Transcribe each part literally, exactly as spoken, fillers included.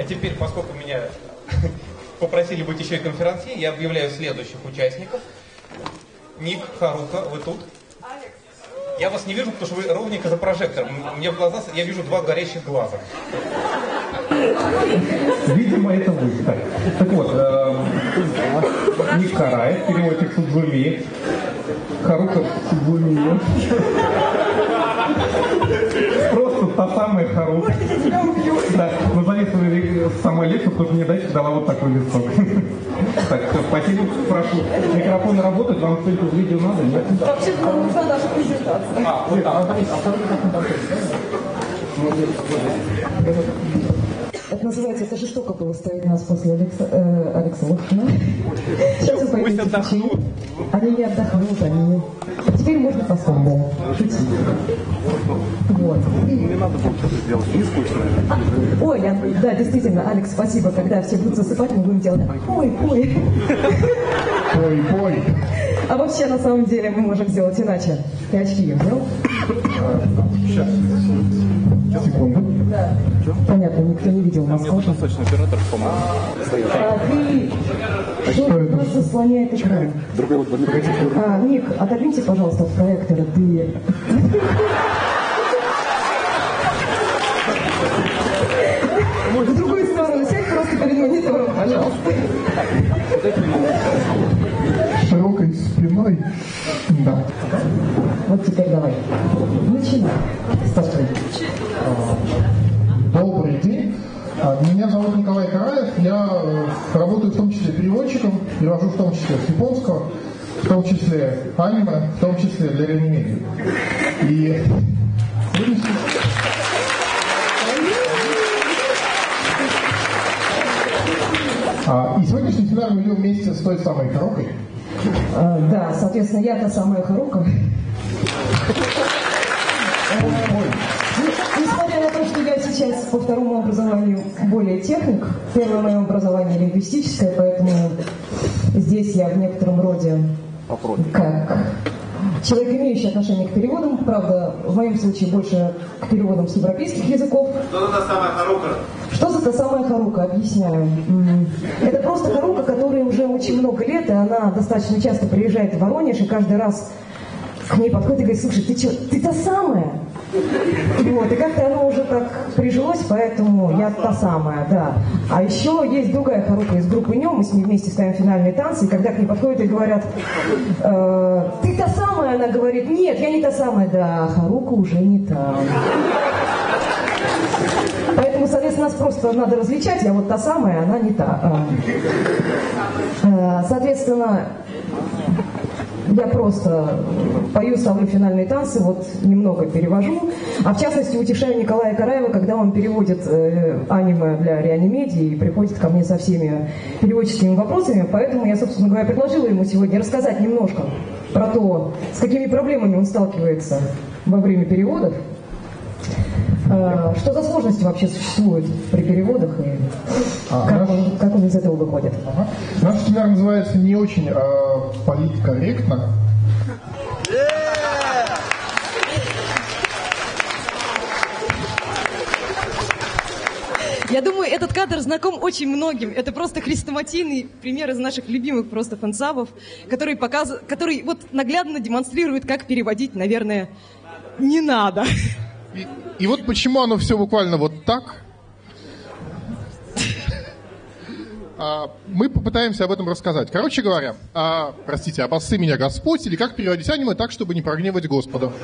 А теперь, поскольку меня попросили быть еще и конферансье, я объявляю следующих участников. Ник, Харука, вы тут? Я вас не вижу, потому что вы ровненько за прожектором. Мне в глаза, я вижу два горящих глаза. Видимо, это вы. Так, так вот, э, Ник Караев, переводчик Судзуми. Харука Судзуми. Просто та самая Харука. Да, назови свою самую лекцию, потому что мне дальше дала вот такой листок. Так, все, спасибо, прошу. Микрофон работает, вам только видео надо, нет? Вообще-то нам нужна наша презентация. А, вот так. Это называется, это жестоко было ставить нас после Алекса, э, Алекса Лохина. Сейчас вы Пусть отдохнут. Они не отдохнут, они не... Теперь можно по-своему шутить. Вот. Не надо было что-то сделать, не скучно. Ой, я, да, действительно, Алекс, спасибо. Когда все будут засыпать, мы будем делать ой, ой. Ой, ой. А вообще, на самом деле, мы можем сделать иначе. Ты очки я взял? Сейчас. Секунду. Да. Понятно, никто не видел нас. Мне нужен сочный оператор, по-моему. А ты... Что нас заслоняет экран? Другой вот А, Ник, отодвиньте, пожалуйста, от проектора. Ты... В другую сторону сядь просто перед монитором, пожалуйста. широкой спиной. Да. Вот теперь давай. Начинай. Стартуй. Добрый день. Меня зовут Николай Караев. Я работаю в том числе переводчиком, перевожу в том числе с японского, в том числе аниме, в том числе для реанимедии. И И сегодняшний семинар мы идем вместе с той самой Харукой. А, да, соответственно, я та самая Харука. Несмотря на то, что я сейчас по второму образованию более техник, первое мое образование лингвистическое, поэтому здесь я в некотором роде как человек, имеющий отношение к переводам, правда, в моем случае больше к переводам с европейских языков. Что за та самая Харука? Что за та самая Харука? Объясняю. Это просто Харука, которой уже очень много лет, и она достаточно часто приезжает в Воронеж, и каждый раз к ней подходит и говорит: слушай, ты что, ты та самая? Вот, и как-то оно уже так прижилось, поэтому я та самая, да. А еще есть другая Харука из группы НЕМ, мы с ней вместе ставим финальные танцы, и когда к ней подходят и говорят: э, ты та самая? Она говорит: нет, я не та самая. Да, Харука уже не та. Поэтому, соответственно, нас просто надо различать, я вот та самая, она не та. Соответственно, я просто пою, ставлю финальные танцы, вот немного перевожу. А в частности, утешаю Николая Караева, когда он переводит э, аниме для реанимедии и приходит ко мне со всеми переводческими вопросами. Поэтому я, собственно говоря, предложила ему сегодня рассказать немножко про то, с какими проблемами он сталкивается во время переводов. Что за сложности вообще существуют при переводах и а, как, наш... он, как он из этого выходит? Ага. Наш семинар называется не очень а, политкорректно. Я думаю, этот кадр знаком очень многим. Это просто хрестоматийный пример из наших любимых просто фансабов, который, показ... который вот наглядно демонстрирует, как переводить, наверное, не надо. И, и вот почему оно все буквально вот так. А, мы попытаемся об этом рассказать. Короче говоря, а, простите, обосцы меня Господь, или как переводить аниме так, чтобы не прогневать Господа.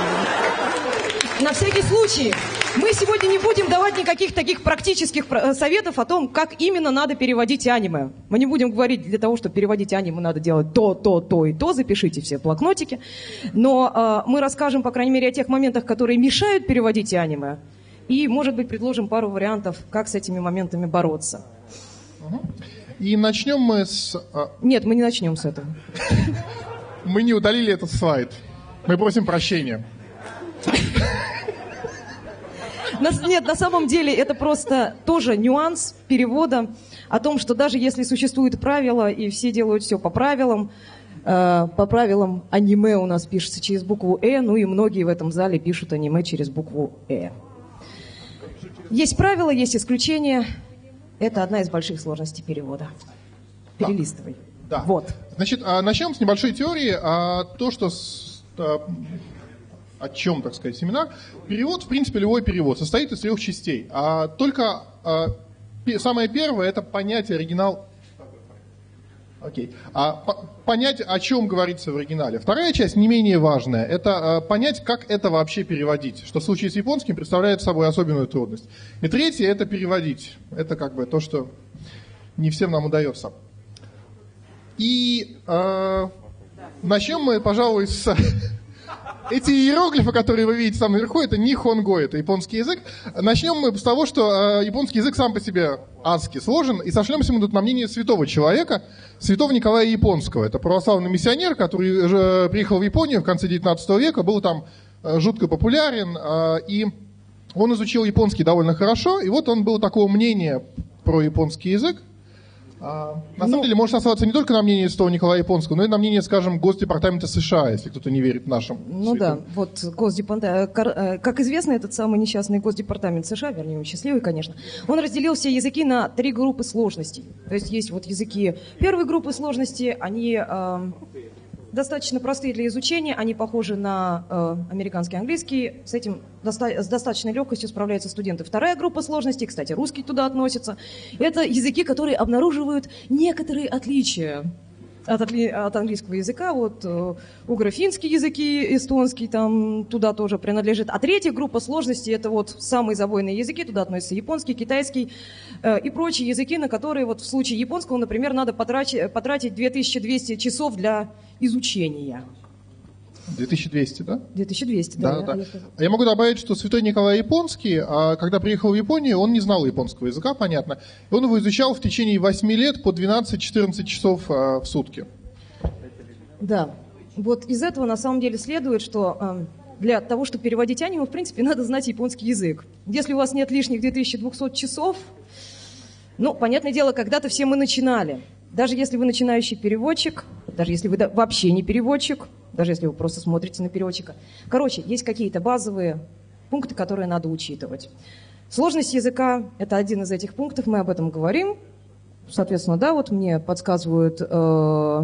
На всякий случай, мы сегодня не будем давать никаких таких практических советов о том, как именно надо переводить аниме. Мы не будем говорить, для того, чтобы переводить аниме, надо делать то, то, то и то. Запишите все блокнотики. Но э, мы расскажем, по крайней мере, о тех моментах, которые мешают переводить аниме. И, может быть, предложим пару вариантов, как с этими моментами бороться. И начнем мы с... Нет, мы не начнем с этого. Мы не удалили этот слайд. Мы просим прощения. Нет, на самом деле это просто тоже нюанс перевода о том, что даже если существуют правила и все делают все по правилам, э, по правилам аниме у нас пишется через букву «э», ну и многие в этом зале пишут аниме через букву «э». Есть правила, есть исключения, Это одна из больших сложностей перевода. Перелистывай. Да. Вот. Значит, начнем с небольшой теории. А то, что... С, а, о чем, так сказать, семинар. Перевод, в принципе, любой перевод состоит из трех частей. А только а, самое первое – это понять оригинал. Окей. А, по, понять, о чем говорится в оригинале. Вторая часть, не менее важная, это а, понять, как это вообще переводить. Что в случае с японским представляет собой особенную трудность. И третье – это переводить. Это как бы то, что не всем нам удается. И а, начнем мы, пожалуй, с... Эти иероглифы, которые вы видите там наверху, это нихонго, это японский язык. Начнем мы с того, что э, японский язык сам по себе адски сложен, и сошлемся мы тут на мнение святого человека, святого Николая Японского. Это православный миссионер, который же приехал в Японию в конце девятнадцатого века, был там э, жутко популярен, э, и он изучил японский довольно хорошо, и вот он был такого мнения про японский язык. А, на ну, самом деле, можно основаться не только на мнении святого Николая Японского, но и на мнении, скажем, Госдепартамента США, если кто-то не верит нашим. Ну да, вот Госдепартамент, как известно, этот самый несчастный Госдепартамент США, вернее, он счастливый, конечно, он разделил все языки на три группы сложностей. То есть есть вот языки первой группы сложности, они э, достаточно простые для изучения, они похожи на э, американский английский, с этим доста- с достаточной легкостью справляются студенты. Вторая группа сложностей, кстати, русский туда относится, это языки, которые обнаруживают некоторые отличия от, отли- от английского языка. Вот э, угро-финские языки, эстонский там туда тоже принадлежит. А третья группа сложностей, это вот самые забойные языки, туда относятся японский, китайский э, и прочие языки, на которые вот в случае японского, например, надо потратить, потратить две тысячи двести часов для изучения. две тысячи двести, да? две тысячи двести, да. да, я, да. Я, я могу добавить, что святой Николай Японский, когда приехал в Японию, он не знал японского языка, понятно. И он его изучал в течение восьми лет по двенадцать-четырнадцать часов в сутки. Да. Вот из этого на самом деле следует, что для того, чтобы переводить аниме, в принципе, надо знать японский язык. Если у вас нет лишних две тысячи двести часов, ну, понятное дело, когда-то все мы начинали. Даже если вы начинающий переводчик, даже если вы вообще не переводчик, даже если вы просто смотрите на переводчика. Короче, есть какие-то базовые пункты, которые надо учитывать. Сложность языка – это один из этих пунктов, мы об этом говорим. Соответственно, да, вот мне подсказывают э, о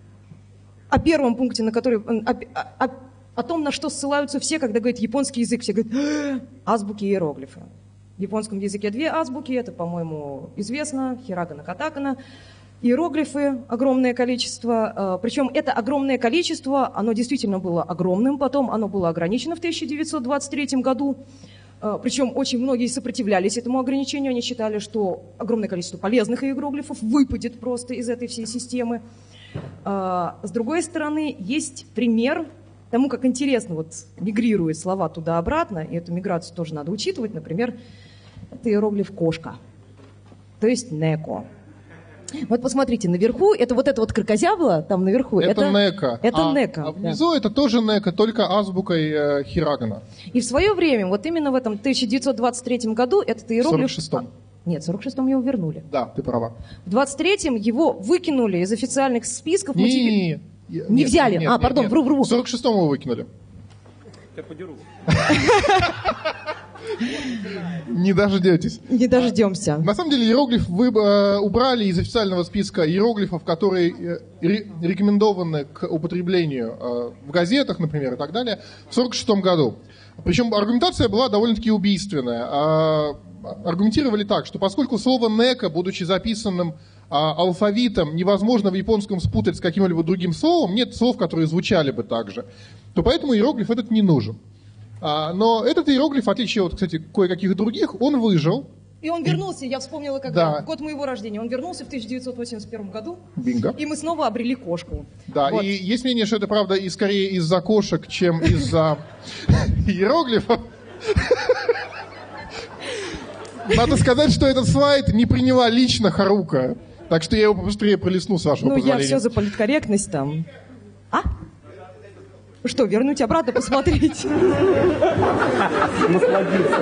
первом пункте, на который, о, о, о том, на что ссылаются все, когда говорят японский язык. Все говорят азбуки и иероглифы. В японском языке две азбуки, это, по-моему, известно, хирагана, катакана. Иероглифы огромное количество, причем это огромное количество, оно действительно было огромным, потом оно было ограничено в тысяча девятьсот двадцать третьем году, причем очень многие сопротивлялись этому ограничению, они считали, что огромное количество полезных иероглифов выпадет просто из этой всей системы. С другой стороны, есть пример тому, как интересно вот мигрируют слова туда-обратно, и эту миграцию тоже надо учитывать, например, это иероглиф «кошка», то есть «неко». Вот посмотрите, наверху, это вот это вот кракозябла, там наверху, это, это нека. Это а, нека. А внизу да. это тоже нека, только азбукой э, хирагана. И в свое время, вот именно в этом тысяча девятьсот двадцать третьем году, этот иероглиф... В сорок шестом. Нет, в сорок шестом его вернули. Да, ты права. В двадцать третьем его выкинули из официальных списков. Не, мотиви... не, не, не, не нет, взяли. Нет, а, нет, пардон, нет. вру, вру. В сорок шестом его выкинули. Я подеру. Не дождетесь. Не дождемся. На самом деле иероглиф вы э, убрали из официального списка иероглифов, которые э, ре, рекомендованы к употреблению э, в газетах, например, и так далее, в сорок шестом году. Причем аргументация была довольно-таки убийственная. А, аргументировали так, что поскольку слово «нека», будучи записанным а, алфавитом, невозможно в японском спутать с каким-либо другим словом, нет слов, которые звучали бы так же, то поэтому иероглиф этот не нужен. А, но этот иероглиф, в отличие от, кстати, кое-каких других, он выжил. И он вернулся, я вспомнила, когда, да. год моего рождения, он вернулся в тысяча девятьсот восемьдесят первом году. Бинго. И мы снова обрели кошку. Да, вот. И есть мнение, что это, правда, и скорее из-за кошек, чем из-за иероглифов. Надо сказать, что этот слайд не приняла лично Харука, так что я его побыстрее пролистну, с вашего ну, позволения. Ну, я все за политкорректность там. А? Что, вернуть обратно, посмотреть? Насладиться.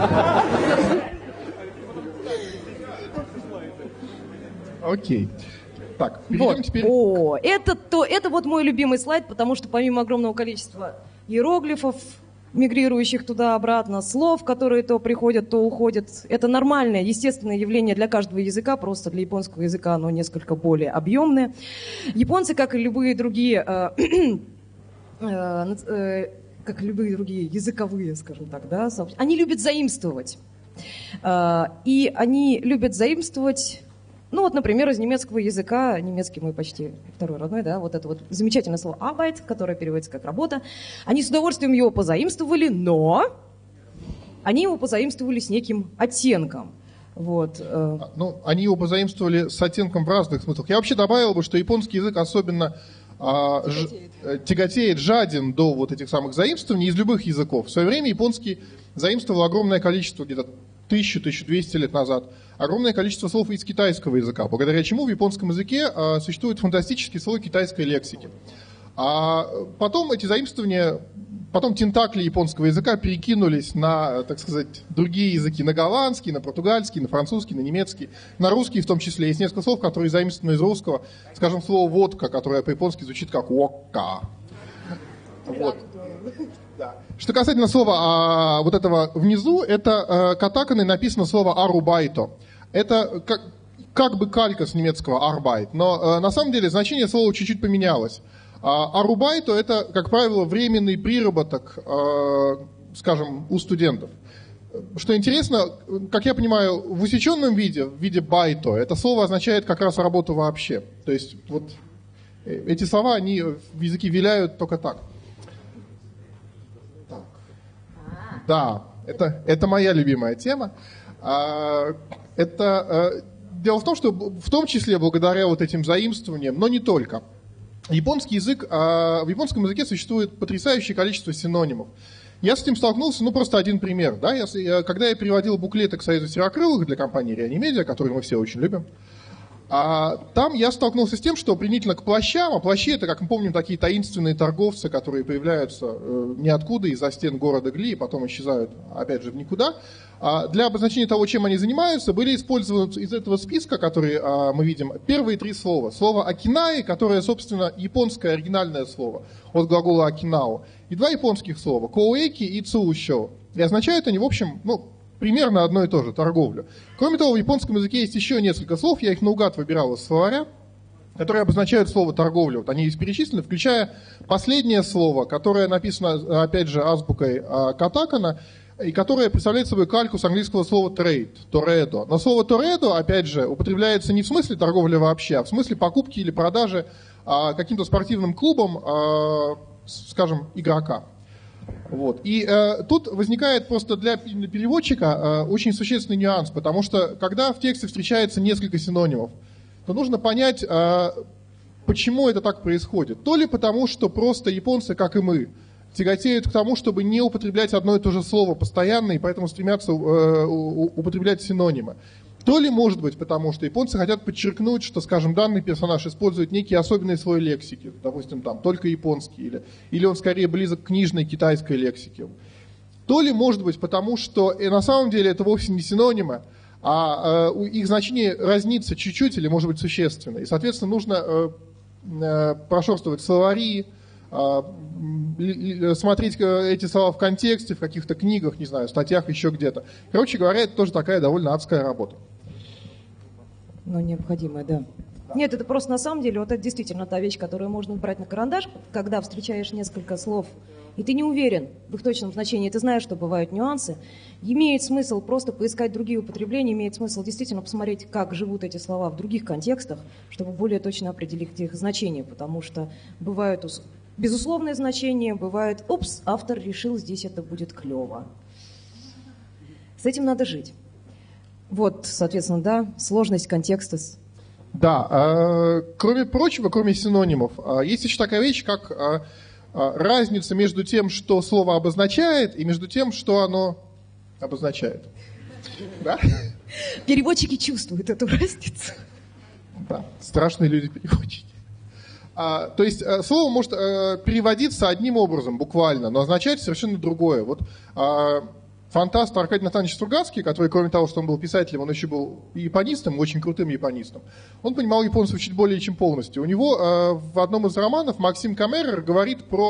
Окей. Так, перейдем вот. теперь... О, это, то, это вот мой любимый слайд, потому что помимо огромного количества иероглифов, мигрирующих туда-обратно, слов, которые то приходят, то уходят. Это нормальное, естественное явление для каждого языка, просто для японского языка оно несколько более объемное. Японцы, как и любые другие, э, э, э, как и любые другие языковые, скажем так, да, они любят заимствовать. Э, и они любят заимствовать... Ну вот, например, из немецкого языка, немецкий мой почти второй родной, да, вот это вот замечательное слово «arbeit», которое переводится как «работа», они с удовольствием его позаимствовали, но они его позаимствовали с неким оттенком. Вот. Ну, они его позаимствовали с оттенком в разных смыслах. Я вообще добавил бы, что японский язык особенно а, тяготеет. Ж, тяготеет, жаден до вот этих самых заимствований из любых языков. В свое время японский заимствовал огромное количество, где-то тысячу - тысячу двести лет назад, огромное количество слов из китайского языка, благодаря чему в японском языке а, существует фантастический слой китайской лексики. А потом эти заимствования, потом тентакли японского языка перекинулись на, так сказать, другие языки, на голландский, на португальский, на французский, на немецкий, на русский в том числе. Есть несколько слов, которые заимствованы из русского, скажем, слово «водка», которое по-японски звучит как «вокка». Вот. Да. Что касательно слова а, вот этого внизу, это а, катаканой написано слово «арубайто». Это как, как бы калька с немецкого «арбайт», но а, на самом деле значение слова чуть-чуть поменялось. А, «арубайто» — это, как правило, временный приработок, а, скажем, у студентов. Что интересно, как я понимаю, в усеченном виде, в виде «байто», это слово означает как раз работу вообще. То есть вот эти слова, они в языке виляют только так. Да, это, это моя любимая тема. Это, дело в том, что в том числе благодаря вот этим заимствованиям, но не только, японский язык, в японском языке существует потрясающее количество синонимов. Я с этим столкнулся, ну просто один пример. Да? Я, когда я переводил буклеты к Союзу серокрылых для компании Реанимедиа, которую мы все очень любим, А там я столкнулся с тем, что применительно к плащам, а плащи — это, как мы помним, такие таинственные торговцы, которые появляются э, ниоткуда из-за стен города Гли и потом исчезают, опять же, в никуда. А для обозначения того, чем они занимаются, были использованы из этого списка, который а, мы видим, первые три слова. Слово «акинаи», которое, собственно, японское оригинальное слово от глагола «акинао», и два японских слова «коуэки» и «цуушё». И означают они, в общем, ну, примерно одно и то же, торговлю. Кроме того, в японском языке есть еще несколько слов, я их наугад выбирал из словаря, которые обозначают слово «торговля». Вот они здесь перечислены, включая последнее слово, которое написано, опять же, азбукой катакана, и которое представляет собой кальку с английского слова «trade», «toredo». Но слово «toredo», опять же, употребляется не в смысле торговли вообще, а в смысле покупки или продажи каким-то спортивным клубом, скажем, игрока. Вот. И э, тут возникает просто для переводчика э, очень существенный нюанс, потому что когда в тексте встречается несколько синонимов, то нужно понять, э, почему это так происходит. То ли потому, что просто японцы, как и мы, тяготеют к тому, чтобы не употреблять одно и то же слово постоянно, и поэтому стремятся э, употреблять синонимы. То ли, может быть, потому что японцы хотят подчеркнуть, что, скажем, данный персонаж использует некий особенный слой лексики, допустим, там, только японский, или, или он скорее близок к книжной китайской лексике. То ли, может быть, потому что и на самом деле это вовсе не синонимы, а э, их значение разнится чуть-чуть или, может быть, существенно. И, соответственно, нужно э, э, прошерстывать словари, э, смотреть эти слова в контексте, в каких-то книгах, не знаю, статьях, еще где-то. Короче говоря, это тоже такая довольно адская работа. Ну, необходимая, да. Нет, это просто на самом деле, вот это действительно та вещь, которую можно брать на карандаш, когда встречаешь несколько слов, и ты не уверен в их точном значении, ты знаешь, что бывают нюансы, имеет смысл просто поискать другие употребления, имеет смысл действительно посмотреть, как живут эти слова в других контекстах, чтобы более точно определить их значение, потому что бывают безусловные значения, бывает, опс, автор решил, здесь это будет клево. С этим надо жить. Вот, соответственно, да, сложность контекста. Да, э, кроме прочего, кроме синонимов, э, есть еще такая вещь, как э, э, разница между тем, что слово обозначает, и между тем, что оно обозначает. Да? Переводчики чувствуют эту разницу. Да, страшные люди-переводчики. А, то есть слово может а, переводиться одним образом, буквально, но означать совершенно другое. Вот а, фантаст Аркадий Натанович Стругацкий, который, кроме того, что он был писателем, он еще был японистом, очень крутым японистом, он понимал японцев чуть более чем полностью. У него а, в одном из романов Максим Камерер говорит про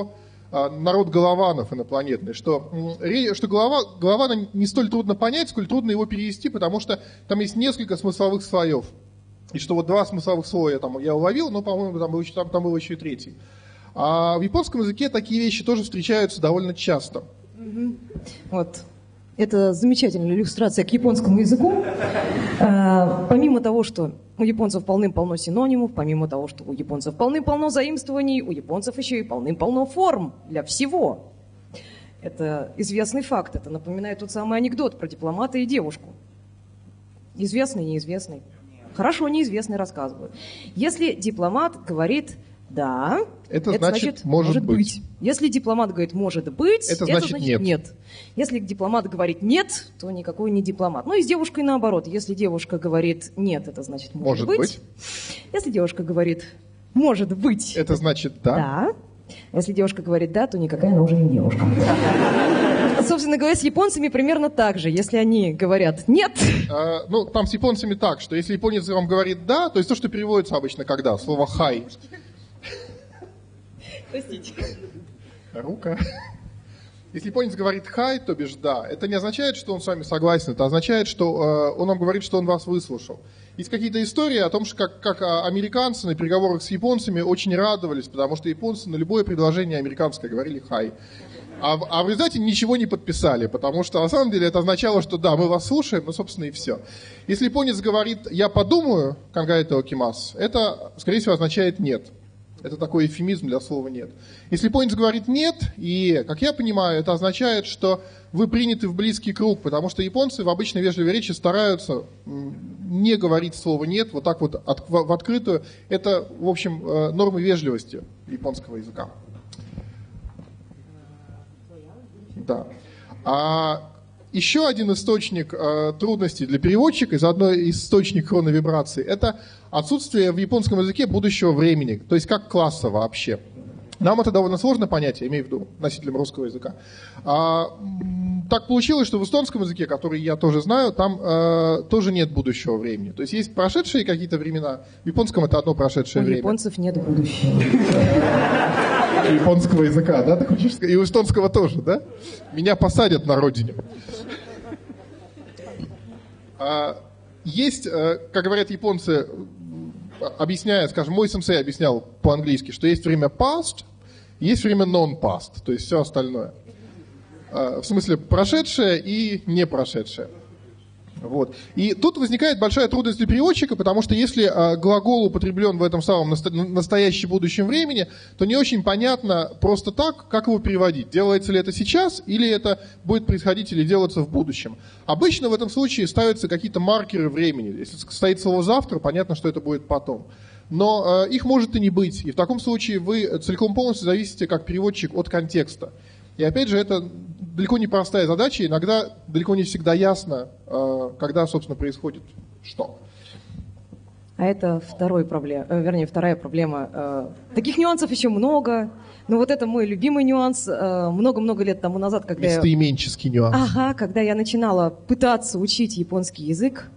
народ голованов инопланетный, что, что голова, голована не столь трудно понять, сколь трудно его перевести, потому что там есть несколько смысловых слоев. И что вот два смысловых слоя там я уловил, но, по-моему, там был, еще, там, там был еще и третий. А в японском языке такие вещи тоже встречаются довольно часто. Mm-hmm. Вот. Это замечательная иллюстрация к японскому языку. А, помимо того, что у японцев полным-полно синонимов, помимо того, что у японцев полным-полно заимствований, у японцев еще и полным-полно форм для всего. Это известный факт. Это напоминает тот самый анекдот про дипломата и девушку. Известный, неизвестный. Хорошо, неизвестный рассказываю. Если дипломат говорит «да», это, это значит, значит может, «может быть». быть. Если дипломат говорит «может быть», это, это значит, значит нет. «нет». Если дипломат говорит «нет», то никакой не дипломат. Ну и с девушкой наоборот. Если девушка говорит «нет», это значит «может, может быть». быть. Если девушка говорит «может быть», это значит «да». «да». Если девушка говорит «да», то никакая она уже не девушка. Собственно говоря, с японцами примерно так же. Если они говорят «нет». А, ну, там с японцами так, что если японец вам говорит «да», то есть то, что переводится обычно когда? Слово «хай». Простите. Рука. Если японец говорит «хай», то бишь «да», это не означает, что он с вами согласен, это означает, что э, он вам говорит, что он вас выслушал. Есть какие-то истории о том, что как, как американцы на переговорах с японцами очень радовались, потому что японцы на любое предложение американское говорили «хай». А, а в результате ничего не подписали, потому что на самом деле это означало, что да, мы вас слушаем, но, собственно, и все. Если японец говорит «я подумаю», «кангаэте окимас», это, скорее всего, означает «нет». Это такой эвфемизм для слова «нет». Если японец говорит «нет», и, как я понимаю, это означает, что вы приняты в близкий круг, потому что японцы в обычной вежливой речи стараются не говорить слово «нет» вот так вот от, в открытую. Это, в общем, нормы вежливости японского языка. Да. А еще один источник э, трудностей для переводчика, и заодно источник хроновибрации, это отсутствие в японском языке будущего времени, то есть как класса вообще. Нам это довольно сложно понять, я имею в виду носителям русского языка. А, так получилось, что в эстонском языке, который я тоже знаю, там э, тоже нет будущего времени. То есть есть прошедшие какие-то времена, в японском это одно прошедшее у время. У японцев нет будущего. Японского языка, да? Так хочешь сказать? И у эстонского тоже, да? Меня посадят на родине. А, есть, как говорят японцы, объясняя, скажем, мой сенсей объяснял по-английски, что есть время past, есть время non-past, то есть все остальное. А, в смысле прошедшее и не прошедшее. Вот. И тут возникает большая трудность для переводчика, потому что если а, глагол употреблен в этом самом насто- настоящем будущем времени, то не очень понятно просто так, как его переводить. Делается ли это сейчас, или это будет происходить или делаться в будущем. Обычно в этом случае ставятся какие-то маркеры времени. Если стоит слово «завтра», понятно, что это будет потом. Но э, их может и не быть. И в таком случае вы целиком полностью зависите, как переводчик, от контекста. И опять же, это далеко не простая задача, иногда далеко не всегда ясно, когда, собственно, происходит что. А это второй проблема, вернее, вторая проблема. Таких нюансов еще много, но вот это мой любимый нюанс. Много-много лет тому назад, когда местоименческий нюанс. Ага, когда я начинала пытаться учить японский язык,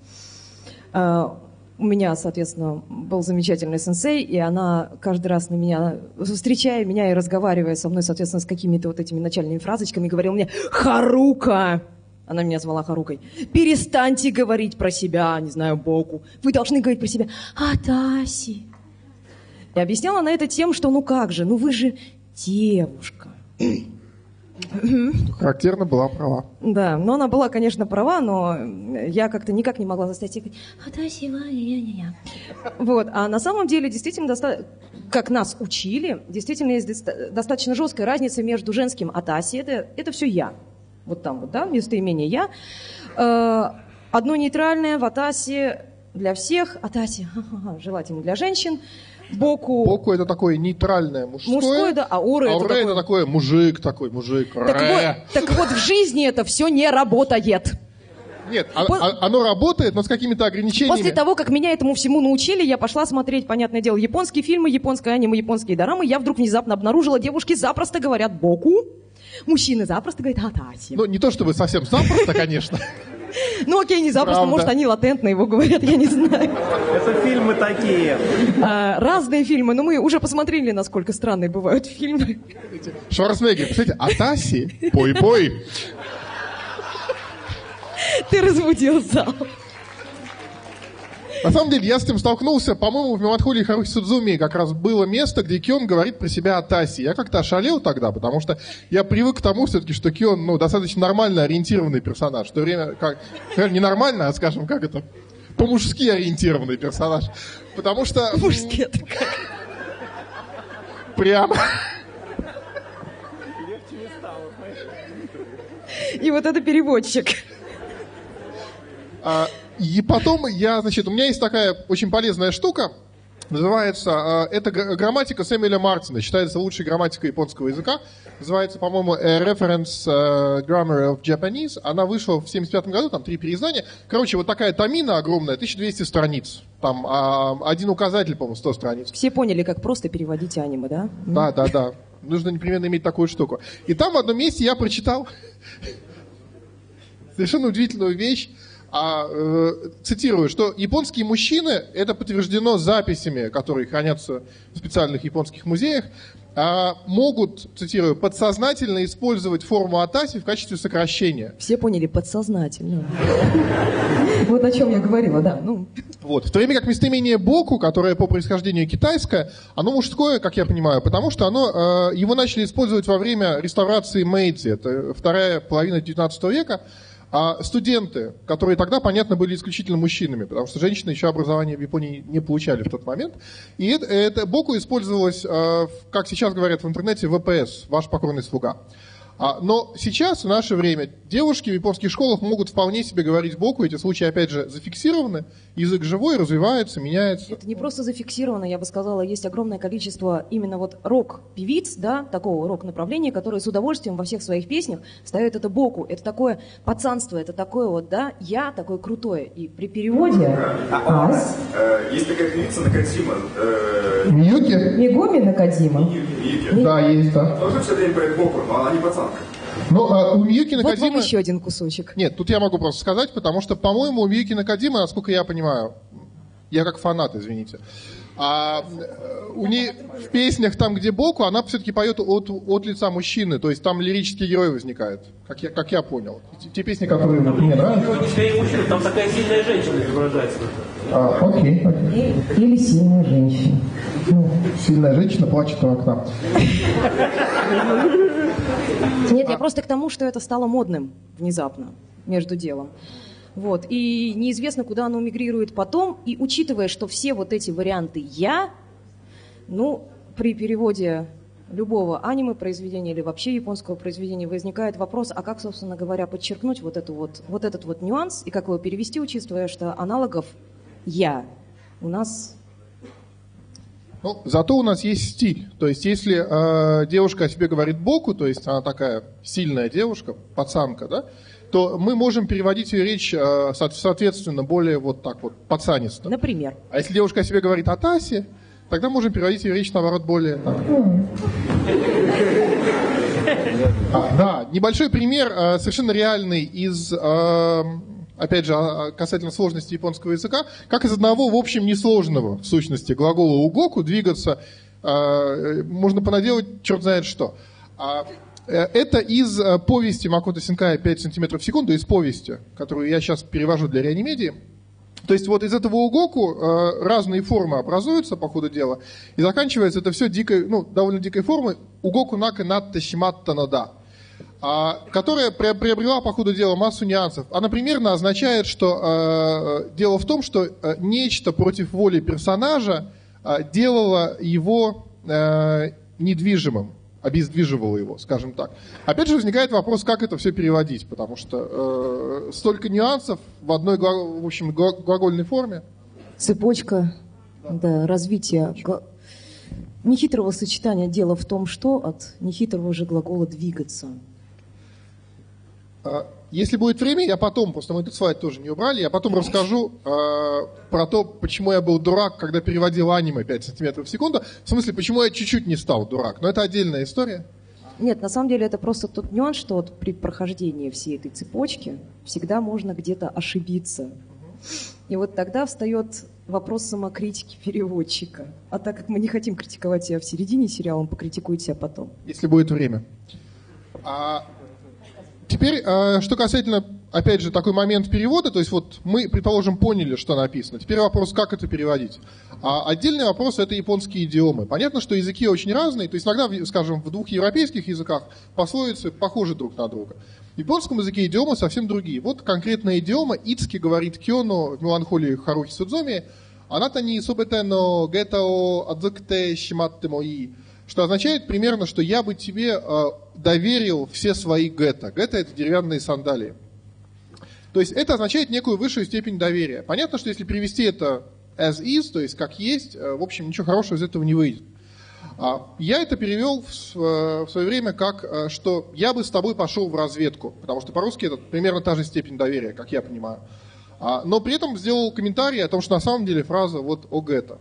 у меня, соответственно, был замечательный сенсей, и она каждый раз на меня, встречая меня и разговаривая со мной, соответственно, с какими-то вот этими начальными фразочками, говорила мне «Харука!» Она меня звала Харукой. «Перестаньте говорить про себя, не знаю, боку. Вы должны говорить про себя Атаси». И объясняла она это тем, что ну как же, ну вы же девушка. Характерно, была права. Да, но она была, конечно, права, но я как-то никак не могла заставить ее говорить. Вот, а на самом деле, действительно, доста... как нас учили, действительно есть доста... достаточно жесткая разница между женским атаси, это, это все я. Вот там вот, да, местоимение я. Э, одно нейтральное в атасе для всех, атаси, желательно для женщин. Боку... Боку это такое нейтральное мужское. Мужское, да, аура, аура это, это такое... такое мужик такой, мужик. Так вот, так вот, в жизни это все не работает. Нет, Пос... оно работает, но с какими-то ограничениями. После того, как меня этому всему научили, я пошла смотреть, понятное дело, японские фильмы, японское аниме, японские дорамы. Я вдруг внезапно обнаружила, девушки запросто говорят боку, мужчины запросто говорят атаси. Ну, не то чтобы совсем запросто, конечно. Ну окей, не запросто, Правда. может, они латентно его говорят, я не знаю. Это фильмы такие. А, разные фильмы, но мы уже посмотрели, насколько странные бывают фильмы. Шварценеггер, представляете, Атаси, пой-пой. Ты разбудил зал. На самом деле, я с этим столкнулся, по-моему, в Миматхури Харуки Судзуми как раз было место, где Кион говорит про себя Атаси. Я как-то ошалел тогда, потому что я привык к тому, все-таки, что Кион, ну, достаточно нормально ориентированный персонаж. В то время, как, не нормально, а, скажем, как это, по-мужски ориентированный персонаж. Потому что... Мужски это как? Прямо. И вот это переводчик. А, и потом я, значит, у меня есть такая очень полезная штука, называется, это грамматика Сэмюэля Мартина, считается лучшей грамматикой японского языка, называется, по-моему, A Reference Grammar of Japanese, она вышла в семьдесят пятом году, там три переиздания, короче, вот такая томина огромная, тысяча двести страниц, там а, один указатель, по-моему, сто страниц. Все поняли, как просто переводить аниме, да? Да, да, да, нужно непременно иметь такую штуку. И там в одном месте я прочитал совершенно удивительную вещь. А, э, цитирую, что японские мужчины, это подтверждено записями, которые хранятся в специальных японских музеях, а, могут, цитирую, подсознательно использовать форму атаси в качестве сокращения. Все поняли подсознательно. Вот о чем я говорила, да. Ну. Вот. В то время как местоимение боку, которое по происхождению китайское, оно мужское, как я понимаю, потому что оно, э, его начали использовать во время реставрации Мэйдзи, это вторая половина девятнадцатого века. А студенты, которые тогда, понятно, были исключительно мужчинами, потому что женщины еще образование в Японии не получали в тот момент. И это, это боку использовалось, как сейчас говорят в интернете, вэ пэ эс, ваш покорный слуга. Но сейчас, в наше время, девушки в японских школах могут вполне себе говорить боку. Эти случаи, опять же, зафиксированы. Язык живой, развивается, меняется. Это не просто зафиксировано, я бы сказала, есть огромное количество именно вот рок-певиц, да, такого рок-направления, которые с удовольствием во всех своих песнях ставят это боку. Это такое пацанство, это такое вот, да, я такое крутое. И при переводе... Ас. Есть такая певица Накадзима. Миюки? Мегоми Накадзима. Миюки. Да, есть, да. Тоже все время поет боку, но она не пацанка. Ну, а у Миюки Вот вам Накадзимы... еще один кусочек. Нет, тут я могу просто сказать, потому что, по-моему, у Миюки Накадзимы, насколько я понимаю, я как фанат, извините, а у нее в песнях там, где боку, она все-таки поет от, от лица мужчины, то есть там лирический герой возникает, как я, как я понял. Те, те песни, которые мне нравятся. Скорее мужчина, там такая сильная женщина изображается. А, окей, окей. Или сильная женщина. Ну, сильная женщина плачет у окна. Нет, я просто к тому, что это стало модным внезапно, между делом. Вот. И неизвестно, куда оно мигрирует потом. И учитывая, что все вот эти варианты «я», ну, при переводе любого аниме-произведения или вообще японского произведения возникает вопрос, а как, собственно говоря, подчеркнуть вот, эту вот, вот этот вот нюанс и как его перевести, учитывая, что аналогов «я» у нас... Ну, зато у нас есть стиль. То есть, если э, девушка о себе говорит боку, то есть она такая сильная девушка, пацанка, да, то мы можем переводить ее речь, э, соответственно, более вот так вот, пацанисто. Например. А если девушка о себе говорит атаси, тогда можем переводить ее речь, наоборот, более... Так. А, да, небольшой пример, э, совершенно реальный из... Э, опять же, касательно сложности японского языка, как из одного, в общем, несложного, в сущности, глагола угоку двигаться, э, можно понаделать черт знает что. А, э, это из э, повести Макото Синкая «пять сантиметров в секунду», из повести, которую я сейчас перевожу для реанимедии. То есть вот из этого угоку э, разные формы образуются по ходу дела, и заканчивается это все дикой, ну, довольно дикой формой угоку нака натта шиматта нада, которая приобрела по ходу дела массу нюансов. Она примерно означает, что э, дело в том, что э, нечто против воли персонажа э, делало его э, недвижимым, обездвиживало его, скажем так. Опять же возникает вопрос, как это все переводить, потому что э, столько нюансов в одной в общем, глагольной форме. Цепочка, да, развития гла... нехитрого сочетания «дело в том, что» от нехитрого же глагола «двигаться». Если будет время, я потом, просто мы этот слайд тоже не убрали, я потом расскажу э, про то, почему я был дурак, когда переводил аниме пять сантиметров в секунду. В смысле, почему я чуть-чуть не стал дурак. Но это отдельная история. Нет, на самом деле это просто тот нюанс, что вот при прохождении всей этой цепочки всегда можно где-то ошибиться. И вот тогда встает вопрос самокритики переводчика. А так как мы не хотим критиковать себя в середине сериала, он покритикует себя потом. Если будет время. А теперь, что касательно, опять же, такой момент перевода, то есть вот мы, предположим, поняли, что написано. Теперь вопрос, как это переводить. А отдельный вопрос — это японские идиомы. Понятно, что языки очень разные, то есть иногда, скажем, в двух европейских языках пословицы похожи друг на друга. В японском языке идиомы совсем другие. Вот конкретная идиома «Ицки говорит Кёно» в «Меланхолии Харухи Судзуми», «Аната ни собете но гетао адзукте шиматте мои», что означает примерно, что я бы тебе э, доверил все свои гетто. Гетто — это деревянные сандалии. То есть это означает некую высшую степень доверия. Понятно, что если перевести это as is, то есть как есть, э, в общем, ничего хорошего из этого не выйдет. А, я это перевел в, в свое время как, э, что я бы с тобой пошел в разведку, потому что по-русски это примерно та же степень доверия, как я понимаю. А, но при этом сделал комментарий о том, что на самом деле фраза вот «о гетто».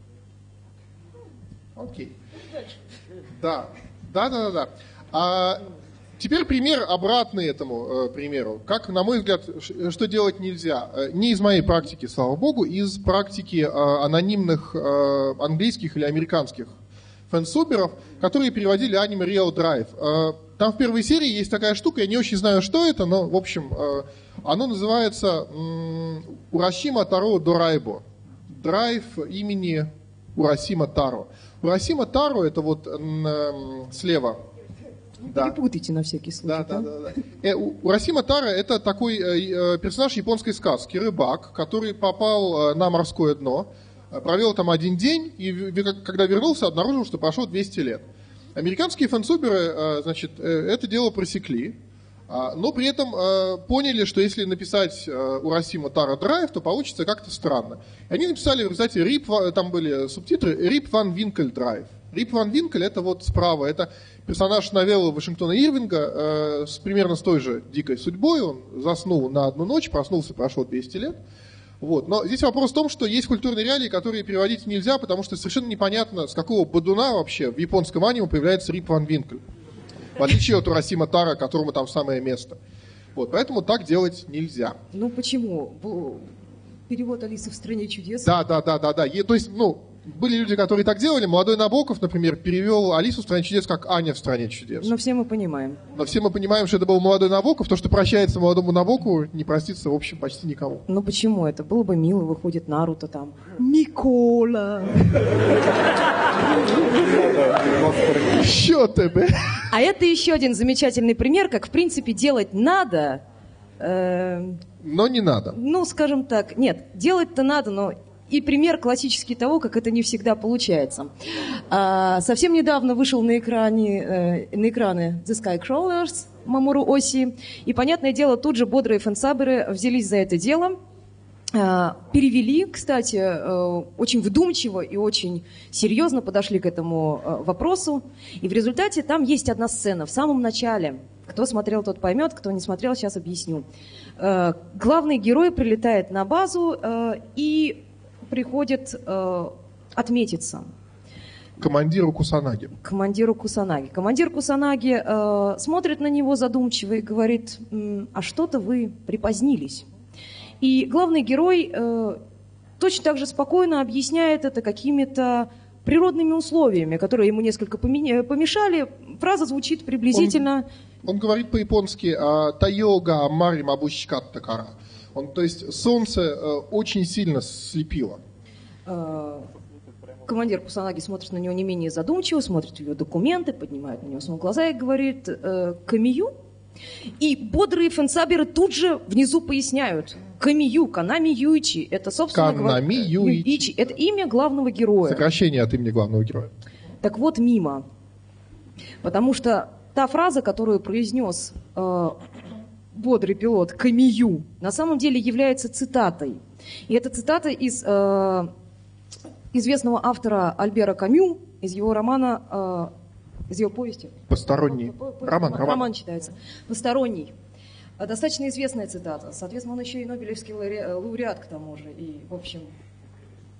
Окей. Да, да, да, да. да. А теперь пример обратный этому э, примеру. Как, на мой взгляд, ш, что делать нельзя. Э, не из моей практики, слава богу, из практики э, анонимных э, английских или американских фэнсуберов, которые переводили аниме Rio Drive. Э, там в первой серии есть такая штука, я не очень знаю, что это, но, в общем, э, оно называется э, Урасима Таро Дорайбо. Драйв имени Урасима Таро. Урасима Таро — это вот э, слева. Не да. перепутайте на всякий случай. Да, да, да. да, да. Э, Урасима Таро — это такой э, персонаж японской сказки, рыбак, который попал э, на морское дно, э, провел там один день, и в, когда вернулся, обнаружил, что прошло двести лет. Американские фансуберы э, значит, э, это дело просекли, э, но при этом э, поняли, что если написать э, Урасима Таро Драйв, то получится как-то странно. И они написали в результате Рип, там были субтитры, Рип Ван Винкель Драйв. Рип Ван Винкель — это вот справа, это персонаж новеллы Вашингтона Ирвинга э, с примерно с той же дикой судьбой. Он заснул на одну ночь, проснулся, прошло двести лет. Вот. Но здесь вопрос в том, что есть культурные реалии, которые переводить нельзя, потому что совершенно непонятно, с какого бодуна вообще в японском аниме появляется Рип Ван Винкель. В отличие от Урасима Таро, которому там самое место. Вот. Поэтому так делать нельзя. Ну почему? Перевод «Алисы в стране чудес». Да, да, да, да, да. И, то есть, ну, были люди, которые так делали. Молодой Набоков, например, перевел Алису в стране чудес как Аня в стране чудес. Но все мы понимаем. Но все мы понимаем, что это был молодой Набоков. То, что прощается молодому Набокову, не простится, в общем, почти никому. Ну почему? Это было бы мило, выходит Наруто там. Микола. Что тебе? А это еще один замечательный пример, как, в принципе, делать надо. Э, но не надо. Ну, скажем так, нет, делать-то надо, но и пример классический того, как это не всегда получается. А, совсем недавно вышел на, экране, э, на экраны The Skycrawlers Мамору Оси, и, понятное дело, тут же бодрые фансаберы взялись за это дело. Перевели, кстати, очень вдумчиво и очень серьезно подошли к этому вопросу. И в результате там есть одна сцена в самом начале. Кто смотрел, тот поймет, кто не смотрел, сейчас объясню. Главный герой прилетает на базу и приходит отметиться. Командиру Кусанаги. Командиру Кусанаги. Командир Кусанаги смотрит на него задумчиво и говорит: а что-то вы припозднились. И главный герой э, точно так же спокойно объясняет это какими-то природными условиями, которые ему несколько помешали. Фраза звучит приблизительно... Он, он говорит по-японски «Тайога амари мабушикатта кара». Он, то есть солнце э, очень сильно слепило. Э, командир Кусанаги смотрит на него не менее задумчиво, смотрит в его документы, поднимает на него снова глаза и говорит: э, «Камию?» И бодрые фансаберы тут же внизу поясняют: Камию, Канами Юичи, это, собственно говоря, Канами Юичи. Это имя главного героя. Сокращение от имени главного героя. Так вот, мимо. Потому что та фраза, которую произнес э, бодрый пилот Камию, на самом деле является цитатой. И это цитата из э, известного автора Альбера Камю, из его романа... Э, из его повести. Посторонний. Роман, роман. Роман читается. Посторонний. Достаточно известная цитата. Соответственно, он еще и Нобелевский лауреат к тому же. И, в общем...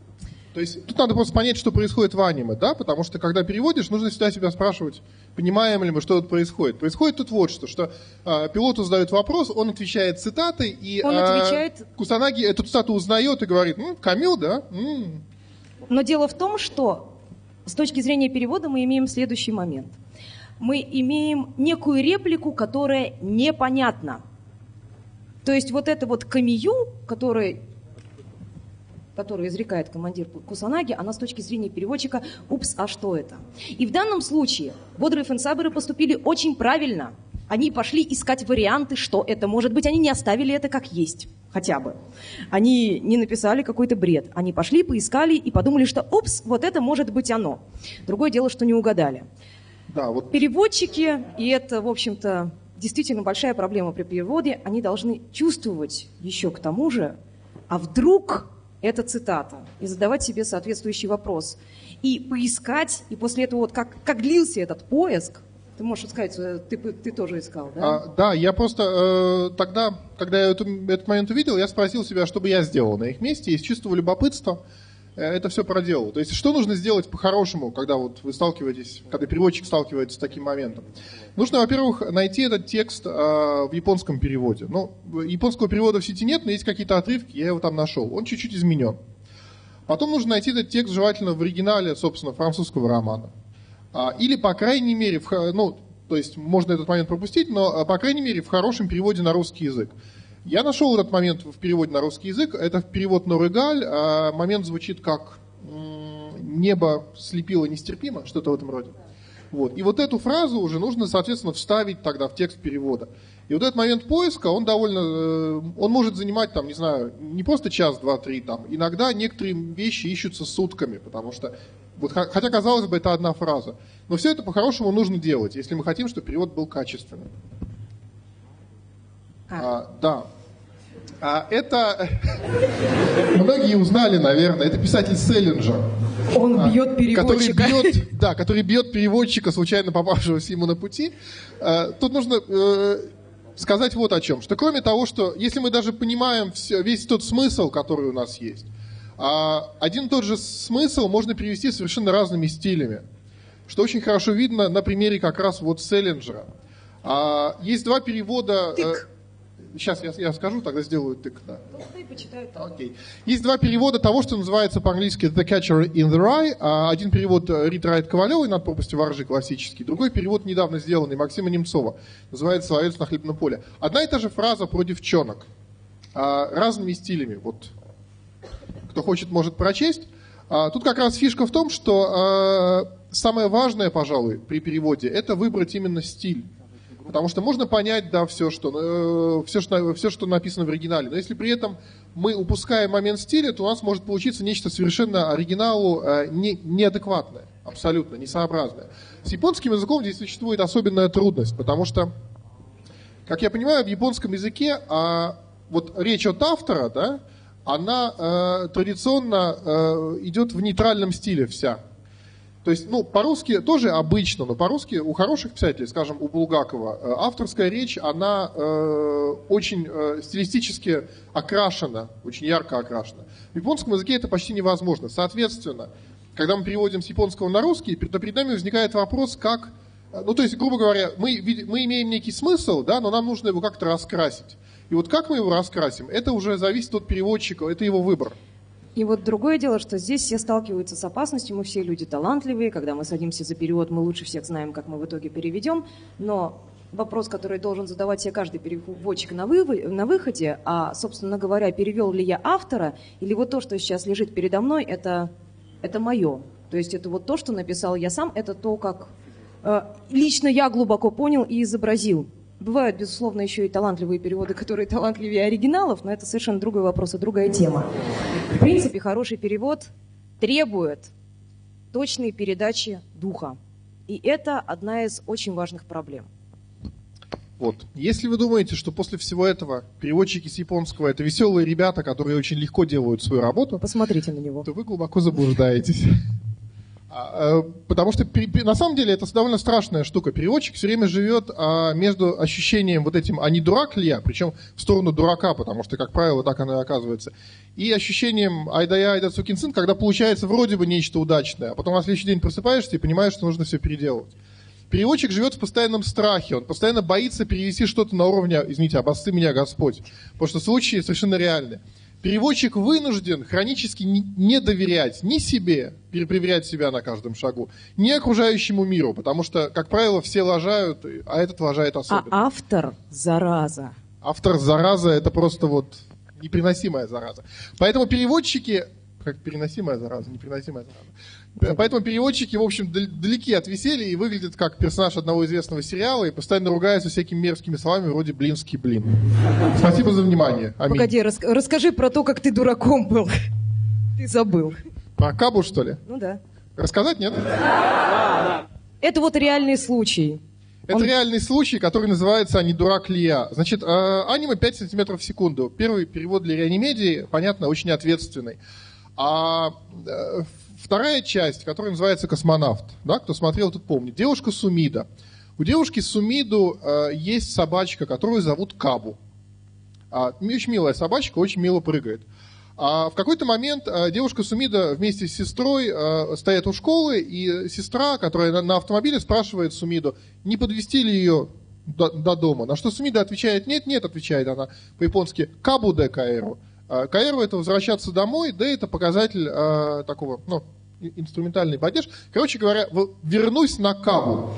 То есть тут надо просто понять, что происходит в аниме, да, потому что когда переводишь, нужно всегда себя спрашивать, понимаем ли мы, что тут происходит. Происходит тут вот что, что э, пилоту задают вопрос, он отвечает цитатой, и Он э, отвечает... Кусанаги эту цитату узнает и говорит, ну, Камил, да? М-м. Но дело в том, что с точки зрения перевода мы имеем следующий момент. Мы имеем некую реплику, которая непонятна. То есть вот это вот камию, который... которую изрекает командир Кусанаги, она с точки зрения переводчика «Упс, а что это?». И в данном случае Бодрые Фенсаберы поступили очень правильно. Они пошли искать варианты, что это может быть. Они не оставили это как есть, хотя бы. Они не написали какой-то бред. Они пошли, поискали и подумали, что «Упс, вот это может быть оно». Другое дело, что не угадали. Да, вот. Переводчики, и это, в общем-то, действительно большая проблема при переводе, они должны чувствовать еще к тому же, а вдруг... это цитата, и задавать себе соответствующий вопрос. И поискать, и после этого, вот как, как длился этот поиск, ты можешь сказать, ты, ты тоже искал, да? А, да, я просто э, тогда, когда я эту, этот момент увидел, я спросил себя, что бы я сделал на их месте, и из чувства любопытства э, это все проделал. То есть, что нужно сделать по-хорошему, когда вот вы сталкиваетесь, когда переводчик сталкивается с таким моментом? Нужно, во-первых, найти этот текст э, в японском переводе. Ну, японского перевода в сети нет, но есть какие-то отрывки, я его там нашел. Он чуть-чуть изменен. Потом нужно найти этот текст желательно в оригинале, собственно, французского романа. А, или, по крайней мере, в, ну, то есть можно этот момент пропустить, но, по крайней мере, в хорошем переводе на русский язык. Я нашел этот момент в переводе на русский язык. Это перевод Норегаль. А момент звучит как «небо слепило нестерпимо», что-то в этом роде. Вот. И вот эту фразу уже нужно, соответственно, вставить тогда в текст перевода. И вот этот момент поиска, он довольно, он может занимать, там, не знаю, не просто час, два, три, там. Иногда некоторые вещи ищутся сутками, потому что, вот, хотя, казалось бы, это одна фраза. Но все это по-хорошему нужно делать, если мы хотим, чтобы перевод был качественным. А, да. А это многие узнали, наверное, это писатель Селлинджер. Он бьет переводчика. Который бьет, да, который бьет переводчика, случайно попавшегося ему на пути. Тут нужно сказать вот о чем. Что кроме того, что если мы даже понимаем все, весь тот смысл, который у нас есть, один и тот же смысл можно перевести совершенно разными стилями. Что очень хорошо видно на примере как раз вот Селлинджера. Есть два перевода... Тык. Сейчас я, я скажу, тогда сделаю тык. Да. Ну, почитай там. Окей. Есть два перевода того, что называется по-английски «The Catcher in the Rye». Один перевод Риты Райт-Ковалевой «Над пропастью воржи» классический, другой перевод недавно сделанный Максима Немцова. Называется «Ловец на хлебном поле». Одна и та же фраза про девчонок. Разными стилями. Вот. Кто хочет, может прочесть. Тут как раз фишка в том, что самое важное, пожалуй, при переводе – это выбрать именно стиль. Потому что можно понять, да, все что, э, все, что, все, что написано в оригинале. Но если при этом мы упускаем момент стиля, то у нас может получиться нечто совершенно оригиналу э, не, неадекватное, абсолютно несообразное. С японским языком здесь существует особенная трудность, потому что, как я понимаю, в японском языке э, вот речь от автора, да, она э, традиционно э, идет в нейтральном стиле вся. То есть, ну, по-русски тоже обычно, но по-русски у хороших писателей, скажем, у Булгакова, авторская речь, она э, очень э, стилистически окрашена, очень ярко окрашена. В японском языке это почти невозможно. Соответственно, когда мы переводим с японского на русский, то перед нами возникает вопрос, как... Ну, то есть, грубо говоря, мы, мы имеем некий смысл, да, но нам нужно его как-то раскрасить. И вот как мы его раскрасим, это уже зависит от переводчика, это его выбор. И вот другое дело, что здесь все сталкиваются с опасностью, мы все люди талантливые, когда мы садимся за перевод, мы лучше всех знаем, как мы в итоге переведем, но вопрос, который должен задавать себе каждый переводчик на, вы, на выходе, а, собственно говоря, перевел ли я автора, или вот то, что сейчас лежит передо мной, это, это мое. То есть это вот то, что написал я сам, это то, как э, лично я глубоко понял и изобразил. Бывают, безусловно, еще и талантливые переводы, которые талантливее оригиналов, но это совершенно другой вопрос и другая тема. В принципе, хороший перевод требует точной передачи духа. И это одна из очень важных проблем. Вот. Если вы думаете, что после всего этого переводчики с японского — это веселые ребята, которые очень легко делают свою работу, посмотрите на него, то вы глубоко заблуждаетесь. Потому что на самом деле это довольно страшная штука. Переводчик все время живет между ощущением вот этим «а не дурак ли я?», причем в сторону дурака, потому что, как правило, так оно и оказывается, и ощущением «ай да я, ай да сукин сын», когда получается вроде бы нечто удачное, а потом на следующий день просыпаешься и понимаешь, что нужно все переделывать. Переводчик живет в постоянном страхе, он постоянно боится перевести что-то на уровне «извините, обосты меня, Господь», потому что случаи совершенно реальны. Переводчик вынужден хронически не доверять ни себе, перепроверять себя на каждом шагу, ни окружающему миру, потому что, как правило, все лажают, а этот лажает особенно. А автор – зараза. Автор – зараза – это просто вот непереносимая зараза. Поэтому переводчики… Как переносимая зараза, непереносимая зараза. Поэтому переводчики, в общем, далеки от веселья и выглядят как персонаж одного известного сериала и постоянно ругаются всякими мерзкими словами вроде «блинский блин». Спасибо за внимание. Аминь. Погоди, рас- расскажи про то, как ты дураком был. Ты забыл. Про Кабу, что ли? Ну да. Рассказать, нет? Это вот реальный случай. Это Он... реальный случай, который называется «А не дурак ли я?». Значит, аниме пять сантиметров в секунду. Первый перевод для реанимедии, понятно, очень ответственный. А э, вторая часть, которая называется «Космонавт», да, кто смотрел, тот помнит. Девушка Сумида. У девушки Сумиду э, есть собачка, которую зовут Кабу. А, очень милая собачка, очень мило прыгает. А в какой-то момент э, девушка Сумида вместе с сестрой э, стоят у школы, и сестра, которая на, на автомобиле, спрашивает Сумиду, не подвезти ли ее до, до дома. На что Сумида отвечает «нет, нет», отвечает она по-японски «кабу де каэру». Каэру — это возвращаться домой, да, это показатель э, такого, ну, инструментальный падеж. Короче говоря, вернусь на Кабу.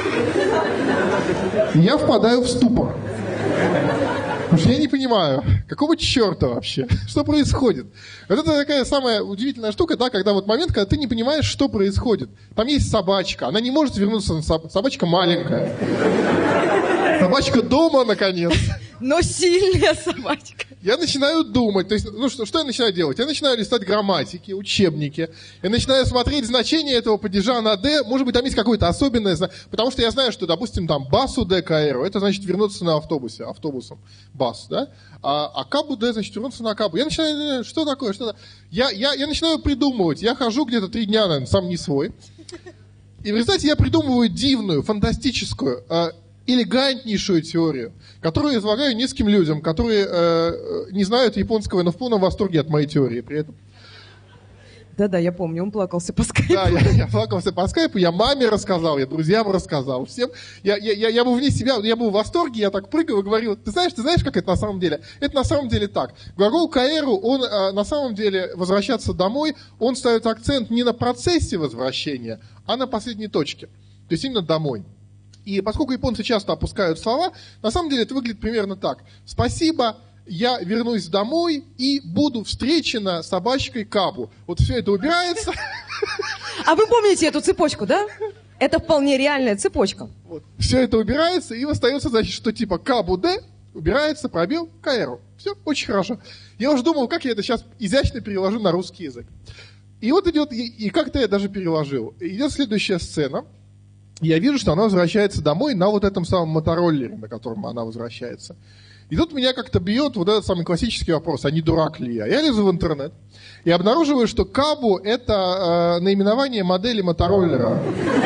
Я впадаю в ступор. Потому что я не понимаю, какого черта вообще, что происходит. Вот это такая самая удивительная штука, да, когда вот момент, когда ты не понимаешь, что происходит. Там есть собачка, она не может вернуться, на соб... собачка маленькая. Собачка дома, наконец. Но сильная собачка. Я начинаю думать, то есть, ну что, что я начинаю делать? Я начинаю листать грамматики, учебники, я начинаю смотреть значение этого падежа на «д», может быть, там есть какое-то особенное, потому что я знаю, что, допустим, там «басу д каэру», это значит вернуться на автобусе, автобусом, бас, да, а, а «кабу д», значит вернуться на «кабу». Я начинаю, что такое, что такое? Я, я, я начинаю придумывать, я хожу где-то три дня, наверное, сам не свой, и в результате я придумываю дивную, фантастическую, элегантнейшую теорию, которую излагаю нескольким людям, которые э, не знают японского, но в полном восторге от моей теории при этом. Да-да, я помню, он плакался по скайпу. Да, я, я плакался по скайпу, я маме рассказал, я друзьям рассказал, всем. Я, я, я, я был вне себя, я был в восторге, я так прыгал и говорил, ты знаешь, ты знаешь, как это на самом деле? Это на самом деле так. Глагол каэру, он э, на самом деле возвращаться домой, он ставит акцент не на процессе возвращения, а на последней точке. То есть именно домой. И поскольку японцы часто опускают слова, на самом деле это выглядит примерно так. Спасибо, я вернусь домой и буду встречена собачкой Кабу. Вот все это убирается. А вы помните эту цепочку, да? Это вполне реальная цепочка. Вот. Все это убирается, и остается, значит, что типа Кабу Д убирается, пробел, Каэру. Все, очень хорошо. Я уже думал, как я это сейчас изящно переложу на русский язык. И вот идет, и, и как-то я даже переложил. Идет следующая сцена. Я вижу, что она возвращается домой на вот этом самом мотороллере, на котором она возвращается. И тут меня как-то бьет вот этот самый классический вопрос, а не дурак ли я? Я лезу в интернет и обнаруживаю, что Кабу – это э, наименование модели мотороллера.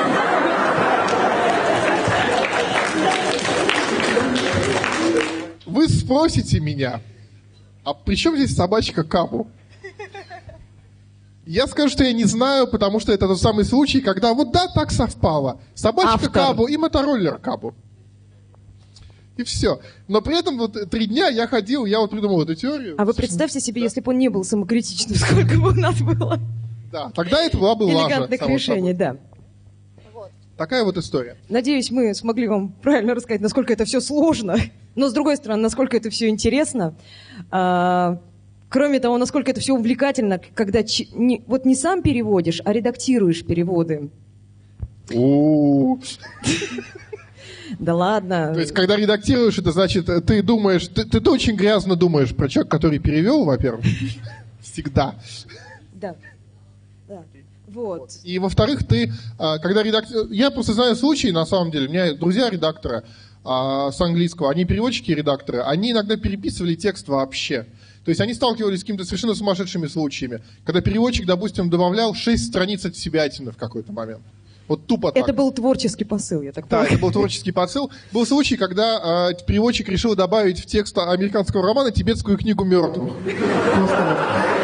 Вы спросите меня, а при чем здесь собачка Кабу? Я скажу, что я не знаю, потому что это тот самый случай, когда вот да, так совпало. Собачка Автор. Кабу и мотороллер Кабу. И все. Но при этом вот три дня я ходил, я вот придумал эту теорию. А вы представьте себе, да. Если бы он не был самокритичным, сколько бы у нас было. Да, тогда это была бы лажа. Элегантных решений, да. Такая вот история. Надеюсь, мы смогли вам правильно рассказать, насколько это все сложно. Но, с другой стороны, насколько это все интересно. А, кроме того, насколько это все увлекательно, когда ч... не, вот не сам переводишь, а редактируешь переводы. О. Да ладно. То есть, когда редактируешь, это значит, ты думаешь, ты, ты, ты очень грязно думаешь про человека, который перевел, во-первых. Всегда. Да. Да. Вот. И, во-вторых, ты, когда редактируешь... Я просто знаю случаи, на самом деле, у меня друзья редакторы с английского, они переводчики и редакторы, они иногда переписывали текст вообще. То есть они сталкивались с какими-то совершенно сумасшедшими случаями, когда переводчик, допустим, добавлял шесть страниц от себятины в какой-то момент. Вот тупо так. Это был творческий посыл, я так Да, понимаю. это был творческий посыл. Был случай, когда э, переводчик решил добавить в текст американского романа тибетскую книгу мертвых. Просто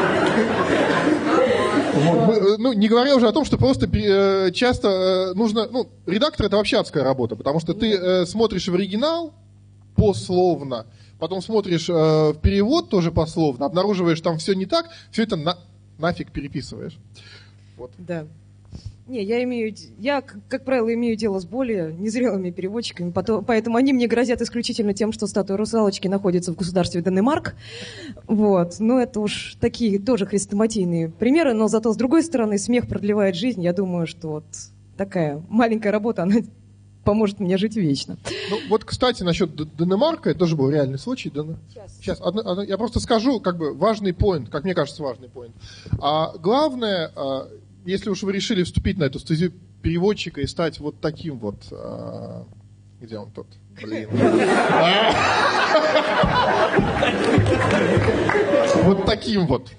вот. Мы, ну, не говоря уже о том, что просто э, часто э, нужно... Ну, редактор — это вообще адская работа, потому что ты э, смотришь в оригинал пословно, потом смотришь э, в перевод тоже пословно, обнаруживаешь там все не так, все это на, нафиг переписываешь. Вот. Да. Не, я имею, я, как правило, имею дело с более незрелыми переводчиками, поэтому они мне грозят исключительно тем, что статуя русалочки находится в государстве Денемарк. Вот. Ну, это уж такие тоже хрестоматийные примеры, но зато, с другой стороны, смех продлевает жизнь. Я думаю, что вот такая маленькая работа, она поможет мне жить вечно. Ну, вот, кстати, насчет Денемарка, это тоже был реальный случай. Ден... Сейчас, Сейчас одно, одно, я просто скажу, как бы, важный поинт, как мне кажется, важный поинт. А главное... Если уж вы решили вступить на эту стезю переводчика и стать вот таким вот... А, где он тот? Блин. Вот таким вот.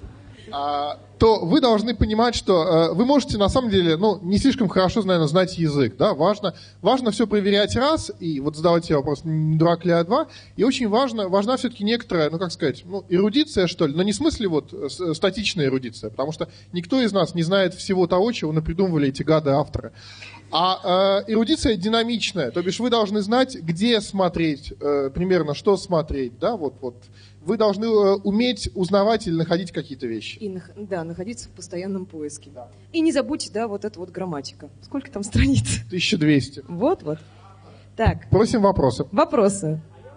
То вы должны понимать, что вы можете на самом деле, ну, не слишком хорошо, наверное, знать язык, да, важно, важно все проверять раз, и вот задавать себе вопрос, не дурак ли я два, и очень важно, важна все-таки некоторая, ну, как сказать, ну, эрудиция, что ли, но не в смысле вот статичная эрудиция, потому что никто из нас не знает всего того, чего напридумывали эти гады-авторы. А э, эрудиция динамичная, то бишь вы должны знать, где смотреть, э, примерно что смотреть, да, вот, вот. Вы должны э, уметь узнавать или находить какие-то вещи. И, да, находиться в постоянном поиске. Да. И не забудьте, да, вот эта вот грамматика. Сколько там страниц? тысяча двести. Вот-вот. Так. Просим вопросы. Вопросы.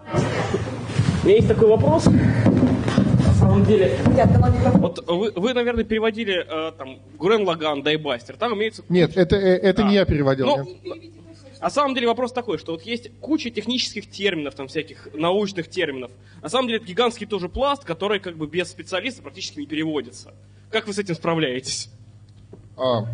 У меня есть такой вопрос. На самом деле, вот вы, вы наверное, переводили э, там Гурен Лаган, Дайбастер. Там имеется... Нет, это, это а. не я переводил. Но... На самом деле вопрос такой, что вот есть куча технических терминов, там всяких научных терминов. На самом деле это гигантский тоже пласт, который как бы без специалиста практически не переводится. Как вы с этим справляетесь? А.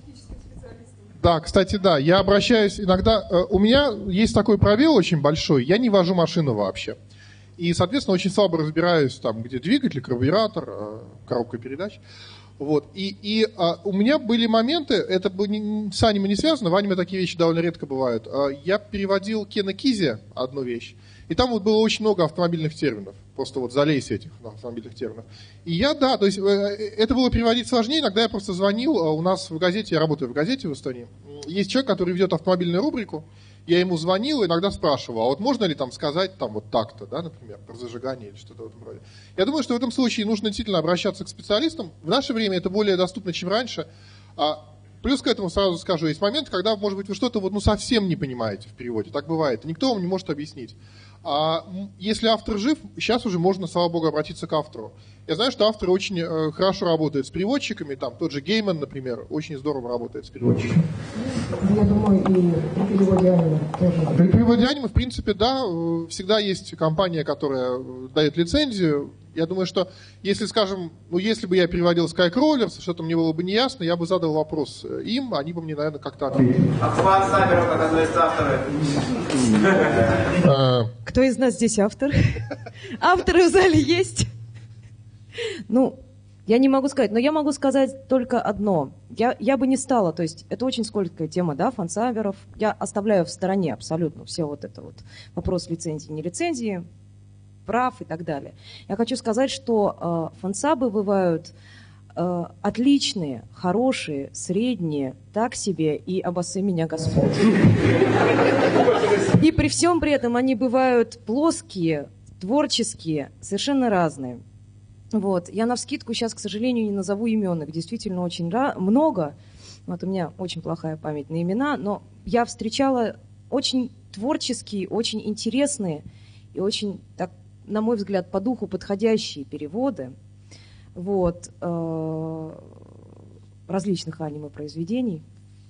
Да, кстати, да. Я обращаюсь иногда... У меня есть такой пробел очень большой. Я не вожу машину вообще. И, соответственно, очень слабо разбираюсь, там, где двигатель, карбюратор, коробка передач. Вот. И, и а, у меня были моменты, это не, с аниме не связано, в аниме такие вещи довольно редко бывают. А, я переводил Кена Кизи, одну вещь, и там вот было очень много автомобильных терминов, просто вот залейся этих автомобильных терминов. И я, да, то есть это было переводить сложнее, иногда я просто звонил, у нас в газете, я работаю в газете в Эстонии, есть человек, который ведет автомобильную рубрику, я ему звонил, иногда спрашивал, а вот можно ли там сказать там вот так-то, да, например, про зажигание или что-то в этом роде. Я думаю, что в этом случае нужно действительно обращаться к специалистам. В наше время это более доступно, чем раньше. А плюс к этому сразу скажу, есть момент, когда, может быть, вы что-то вот, ну, совсем не понимаете в переводе. Так бывает. Никто вам не может объяснить. А если автор жив, сейчас уже можно, слава богу, обратиться к автору. Я знаю, что авторы очень э, хорошо работают с переводчиками. Там тот же Гейман, например, очень здорово работает с переводчиками. Я думаю, и при переводе аниме тоже. При переводе аниме, в принципе, да, всегда есть компания, которая дает лицензию. Я думаю, что если, скажем, ну, если бы я переводил Skycrawlers, что-то мне было бы неясно, я бы задал вопрос им, они бы мне, наверное, как-то ответили. А Фан Саберов, оказывается, авторы. Кто из нас здесь автор? Авторы в зале есть? Ну, я не могу сказать, но я могу сказать только одно. Я, я бы не стала, то есть это очень скользкая тема, да, фансаберов. Я оставляю в стороне абсолютно все вот это вот вопрос лицензии, не лицензии, прав и так далее. Я хочу сказать, что э, фансабы бывают э, отличные, хорошие, средние, так себе и обоссы меня Господь. И при всем при этом они бывают плоские, творческие, совершенно разные. Вот. Я навскидку сейчас, к сожалению, не назову имен, их действительно очень ра- много. Вот у меня очень плохая память на имена, но я встречала очень творческие, очень интересные и очень, так, на мой взгляд, по духу подходящие переводы вот, э- различных аниме-произведений.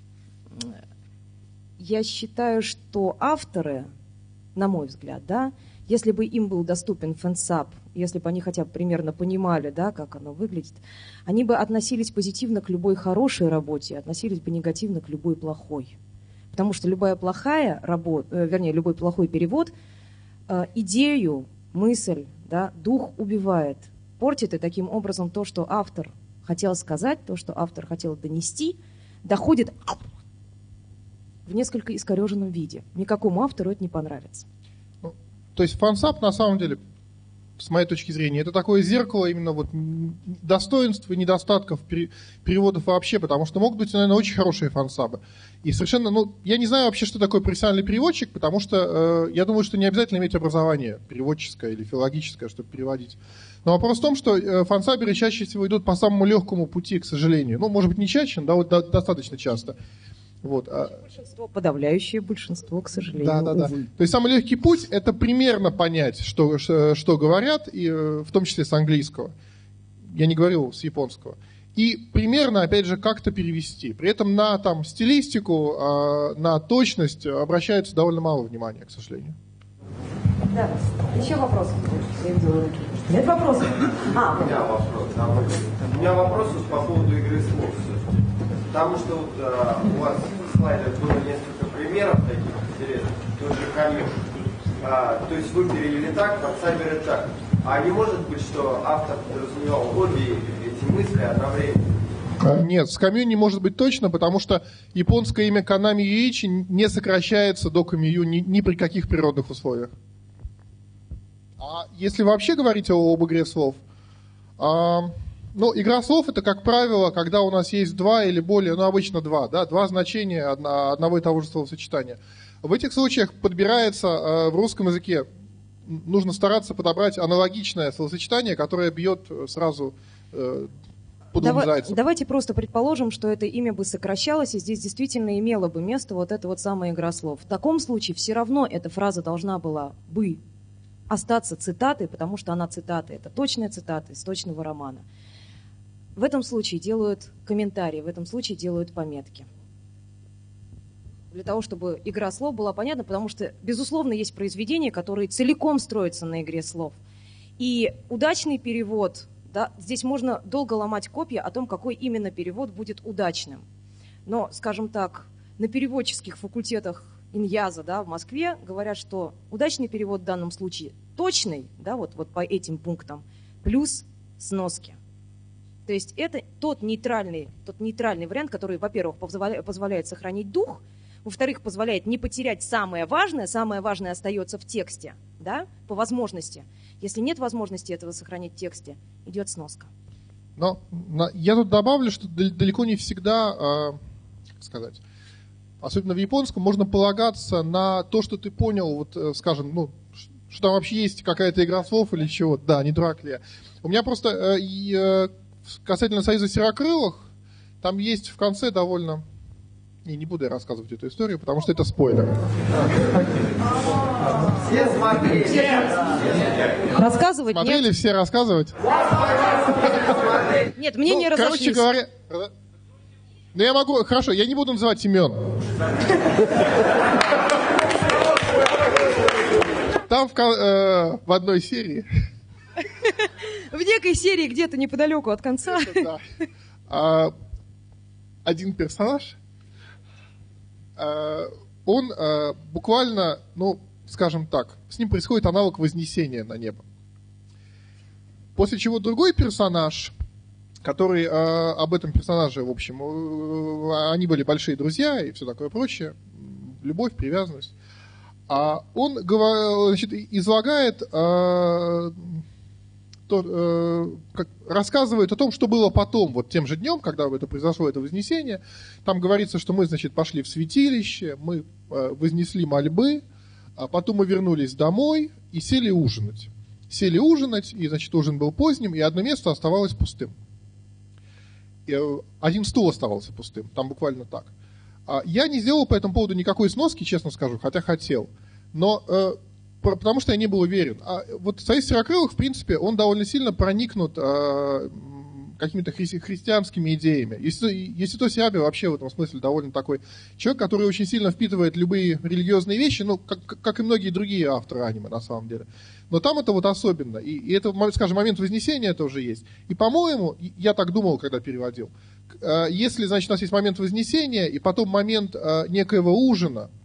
Я считаю, что авторы, на мой взгляд, да, если бы им был доступен фансаб, если бы они хотя бы примерно понимали, да, как оно выглядит, они бы относились позитивно к любой хорошей работе, относились бы негативно к любой плохой. Потому что любая плохая работа, вернее, любой плохой перевод, идею, мысль, да, дух убивает, портит, и таким образом то, что автор хотел сказать, то, что автор хотел донести, доходит в несколько искореженном виде. Никакому автору это не понравится. Ну, то есть фансап на самом деле, с моей точки зрения, это такое зеркало именно вот достоинств и недостатков переводов вообще, потому что могут быть, наверное, очень хорошие фансабы. И совершенно, ну, я не знаю вообще, что такое профессиональный переводчик, потому что э, я думаю, что не обязательно иметь образование переводческое или филологическое, чтобы переводить. Но вопрос в том, что э, фансаберы чаще всего идут по самому легкому пути, к сожалению. Ну, может быть, не чаще, но да, вот, до, достаточно часто. Вот. Большинство, подавляющее большинство, к сожалению, да, да, да. увы. То есть самый легкий путь — это примерно понять, что, что, что говорят, и, в том числе с английского. Я не говорил с японского. И примерно, опять же, как-то перевести. При этом на там, стилистику, на точность обращается довольно мало внимания, к сожалению. Да, еще вопросы? Нет вопросов? А, у меня вопрос. У меня вопрос по поводу игры слов. Потому что вот, а, у вас в слайдах было несколько примеров таких интересных, тот же Камю. А, то есть вы перевели так, фансаберы так. А не может быть, что автор подразумевал обе эти мысли одновременно? Нет, с Камю не может быть точно, потому что японское имя Канами Юичи не сокращается до Камию ни, ни при каких природных условиях. А если вообще говорить об игре слов, а, ну, игра слов — это, как правило, когда у нас есть два или более, ну, обычно два, да, два значения одно, одного и того же словосочетания. В этих случаях подбирается э, в русском языке, нужно стараться подобрать аналогичное словосочетание, которое бьет сразу э, по двум Давай, зайцам. Давайте просто предположим, что это имя бы сокращалось, и здесь действительно имело бы место вот эта вот самая игра слов. В таком случае все равно эта фраза должна была бы остаться цитатой, потому что она цитата, это точная цитата из точного романа. В этом случае делают комментарии, в этом случае делают пометки. Для того, чтобы игра слов была понятна, потому что, безусловно, есть произведения, которые целиком строятся на игре слов. И удачный перевод, да, здесь можно долго ломать копья о том, какой именно перевод будет удачным. Но, скажем так, на переводческих факультетах Иньяза, да, в Москве говорят, что удачный перевод в данном случае точный, да, вот, вот по этим пунктам, плюс сноски. То есть это тот нейтральный, тот нейтральный вариант, который, во-первых, позволяет, позволяет сохранить дух, во-вторых, позволяет не потерять самое важное, самое важное остается в тексте, да, по возможности. Если нет возможности этого сохранить в тексте, идет сноска. Но я тут добавлю, что далеко не всегда, как сказать, особенно в японском, можно полагаться на то, что ты понял, вот, скажем, ну, что там вообще есть какая-то игра слов или чего-то. Да, не дурак ли я. У меня просто касательно Союза Серокрылых, там есть в конце довольно... Не, не буду я рассказывать эту историю, потому что это спойлер. Все смотрели. Рассказывать Смотрели нет. все рассказывать? Нет, мне ну, не разошлись. Короче говоря... Ну, я могу... Хорошо, я не буду называть имен. Там в, э, в одной серии... В некой серии где-то неподалеку от конца. Да. А, один персонаж... он э, буквально, ну, скажем так, с ним происходит аналог вознесения на небо. После чего другой персонаж, который э, об этом персонаже, в общем, э, они были большие друзья и все такое прочее, любовь, привязанность, а он значит, излагает, э, то, э, как, рассказывает о том, что было потом, вот тем же днем, когда это произошло, это вознесение. Там говорится, что мы, значит, пошли в святилище, мы э, вознесли мольбы, а потом мы вернулись домой и сели ужинать. Сели ужинать, и, значит, ужин был поздним, и одно место оставалось пустым. И, э, один стул оставался пустым, там буквально так. А я не сделал по этому поводу никакой сноски, честно скажу, хотя хотел. Но... Э, потому что я не был уверен. А вот Союз Серокрылых, в принципе, он довольно сильно проникнут э, какими-то хри- христианскими идеями. Ясито Сиаби вообще в этом смысле довольно такой человек, который очень сильно впитывает любые религиозные вещи, ну, как, как и многие другие авторы аниме, на самом деле. Но там это вот особенно. И, и это, скажем, момент Вознесения тоже есть. И, по-моему, я так думал, когда переводил, э, если, значит, у нас есть момент Вознесения, и потом момент э, некоего ужина,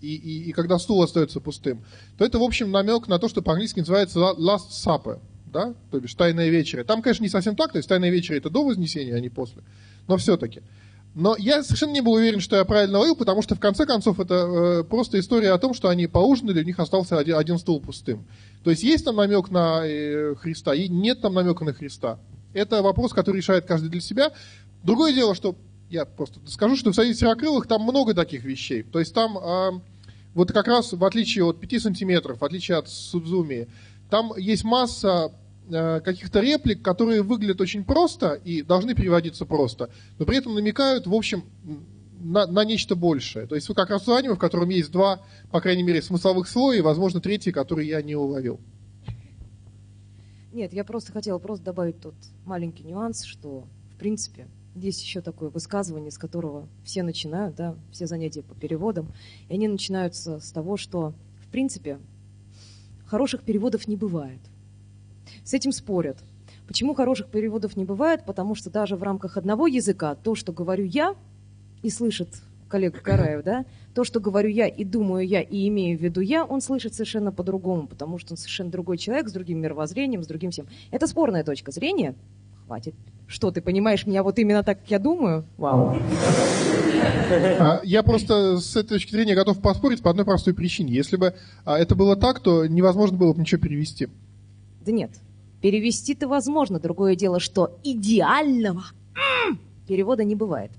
и, и, и когда стул остается пустым, то это, в общем, намек на то, что по-английски называется last supper, да, то бишь тайная вечеря. Там, конечно, не совсем так, то есть тайная вечеря это до Вознесения, а не после, но все-таки. Но я совершенно не был уверен, что я правильно говорил, потому что в конце концов это э, просто история о том, что они поужинали, у них остался один, один стул пустым. То есть есть там намек на э, Христа, и нет там намека на Христа. Это вопрос, который решает каждый для себя. Другое дело, что я просто скажу, что в «Союзе серокрылых» там много таких вещей. То есть там э, вот как раз в отличие от пяти сантиметров, в отличие от Судзуми, там есть масса каких-то реплик, которые выглядят очень просто и должны переводиться просто, но при этом намекают, в общем, на, на нечто большее. То есть вы как раз в аниме, в котором есть два, по крайней мере, смысловых слоя, и, возможно, третий, который я не уловил. Нет, я просто хотела просто добавить тот маленький нюанс, что, в принципе, есть еще такое высказывание, с которого все начинают, да, все занятия по переводам, и они начинаются с того, что, в принципе, хороших переводов не бывает. С этим спорят. Почему хороших переводов не бывает? Потому что даже в рамках одного языка то, что говорю я, и слышит коллега Караев, да, то, что говорю я и думаю я, и имею в виду я, он слышит совершенно по-другому, потому что он совершенно другой человек, с другим мировоззрением, с другим всем. Это спорная точка зрения. Хватит. Что, ты понимаешь меня вот именно так, как я думаю? Вау. Я просто с этой точки зрения готов поспорить по одной простой причине. Если бы это было так, то невозможно было бы ничего перевести. Да нет, перевести-то возможно. Другое дело, что идеального перевода не бывает.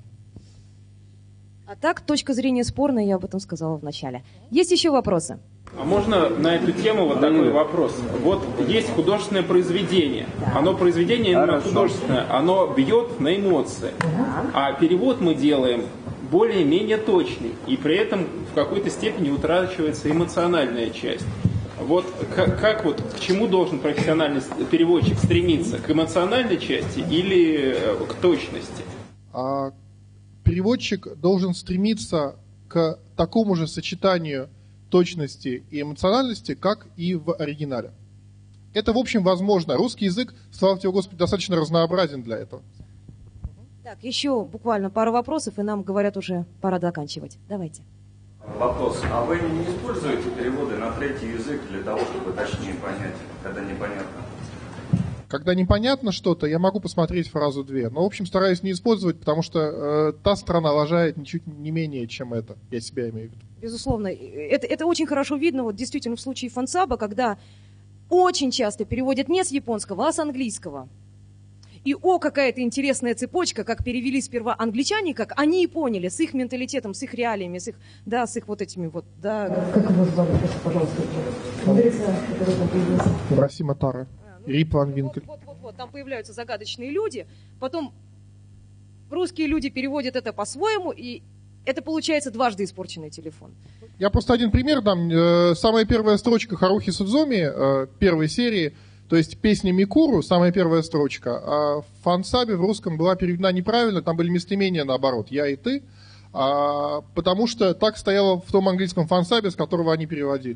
А так, точка зрения спорная, я об этом сказала в начале. Есть еще вопросы? А можно на эту тему вот такой вопрос? Вот есть художественное произведение. Да. Оно произведение именно художественное, оно бьет на эмоции. Да. А перевод мы делаем более-менее точный. И при этом в какой-то степени утрачивается эмоциональная часть. Вот как, как вот к чему должен профессиональный переводчик стремиться? К эмоциональной части или к точности? А, переводчик должен стремиться к такому же сочетанию точности и эмоциональности, как и в оригинале. Это, в общем, возможно. Русский язык, слава тебе, Господи, достаточно разнообразен для этого. Так, еще буквально пару вопросов, и нам говорят уже пора заканчивать. Давайте. Вопрос. А вы не используете переводы на третий язык для того, чтобы точнее понять, когда непонятно? Когда непонятно что-то, я могу посмотреть фразу две. Но, в общем, стараюсь не использовать, потому что э, та страна лажает ничуть не менее, чем это. Я себя имею в виду. Безусловно. Это, это очень хорошо видно, вот действительно, в случае фансаба, когда очень часто переводят не с японского, а с английского. И о, какая-то интересная цепочка, как перевели сперва англичане, как они и поняли, с их менталитетом, с их реалиями, с их, да, с их вот этими вот, да. Как его звали, пожалуйста? Мудреца, который там появился. Урасима Тара. Рип Ван Винкель. Вот, вот, вот, там появляются загадочные люди, потом русские люди переводят это по-своему, и это получается дважды испорченный телефон. Я просто один пример дам. Самая первая строчка Харухи Судзуми первой серии, то есть песня Микуру, самая первая строчка, а в фансабе в русском была переведена неправильно, там были местоимения наоборот, я и ты, а, потому что так стояло в том английском фансабе, с которого они переводили.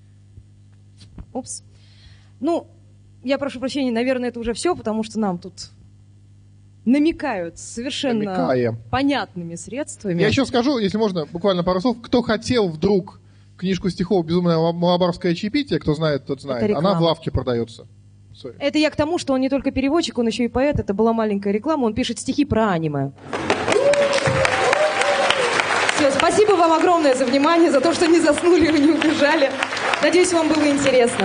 Упс. Ну, я прошу прощения, наверное, это уже все, потому что нам тут намекают совершенно Намекаем. понятными средствами. Я еще скажу, если можно, буквально пару слов. Кто хотел вдруг книжку стихов «Безумное малабарское чаепитие», кто знает, тот знает, она в лавке продается. Sorry. Это я к тому, что он не только переводчик, он еще и поэт. Это была маленькая реклама, он пишет стихи про аниме. Все, спасибо вам огромное за внимание, за то, что не заснули и не убежали. Надеюсь, вам было интересно.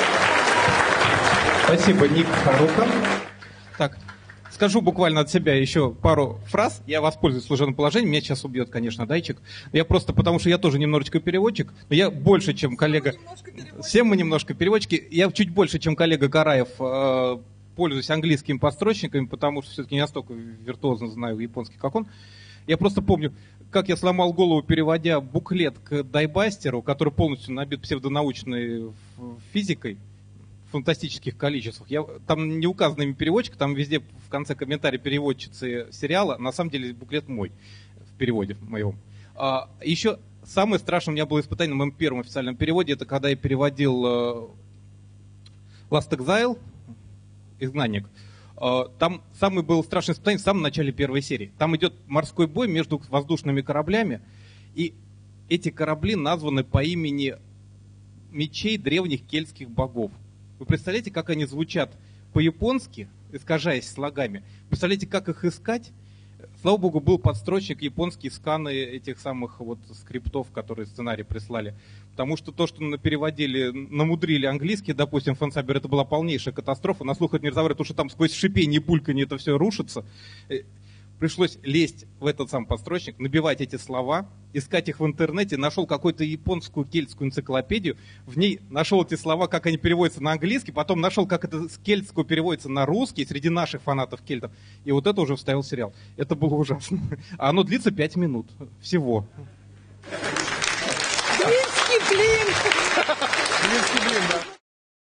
Спасибо, Ник Харука. Так, скажу буквально от себя еще пару фраз. Я воспользуюсь служебным положением. Меня сейчас убьет, конечно, Дайчик. Я просто, потому что я тоже немножечко переводчик. Но я больше, чем коллега... Все мы немножко переводчики. Я чуть больше, чем коллега Караев, э, пользуюсь английскими подстрочниками, потому что все-таки не настолько виртуозно знаю японский, как он. Я просто помню, как я сломал голову, переводя буклет к Дайбастеру, который полностью набит псевдонаучной физикой. Фантастических количествах. Я, там не указан переводчик, там везде в конце комментария переводчицы сериала. На самом деле буклет мой в переводе моем. А, еще самое страшное у меня было испытание на моем первом официальном переводе. Это когда я переводил uh, Last Exile, Изгнанник. Uh, там самое было страшное испытание в самом начале первой серии. Там идет морской бой между воздушными кораблями. И эти корабли названы по имени мечей древних кельтских богов. Вы представляете, как они звучат по-японски, искажаясь слогами? Представляете, как их искать? Слава богу, был подстрочник, японские сканы этих самых вот скриптов, которые сценарий прислали. Потому что то, что переводили, намудрили английский, допустим, фансабер, это была полнейшая катастрофа. На слух это не разговаривать, потому что там сквозь шипение и бульканье это все рушится. Пришлось лезть в этот сам подстрочник, набивать эти слова, искать их в интернете. Нашел какую-то японскую кельтскую энциклопедию. В ней нашел эти слова, как они переводятся на английский. Потом нашел, как это с кельтского переводится на русский среди наших фанатов кельтов. И вот это уже вставил в сериал. Это было ужасно. А оно длится пять минут всего.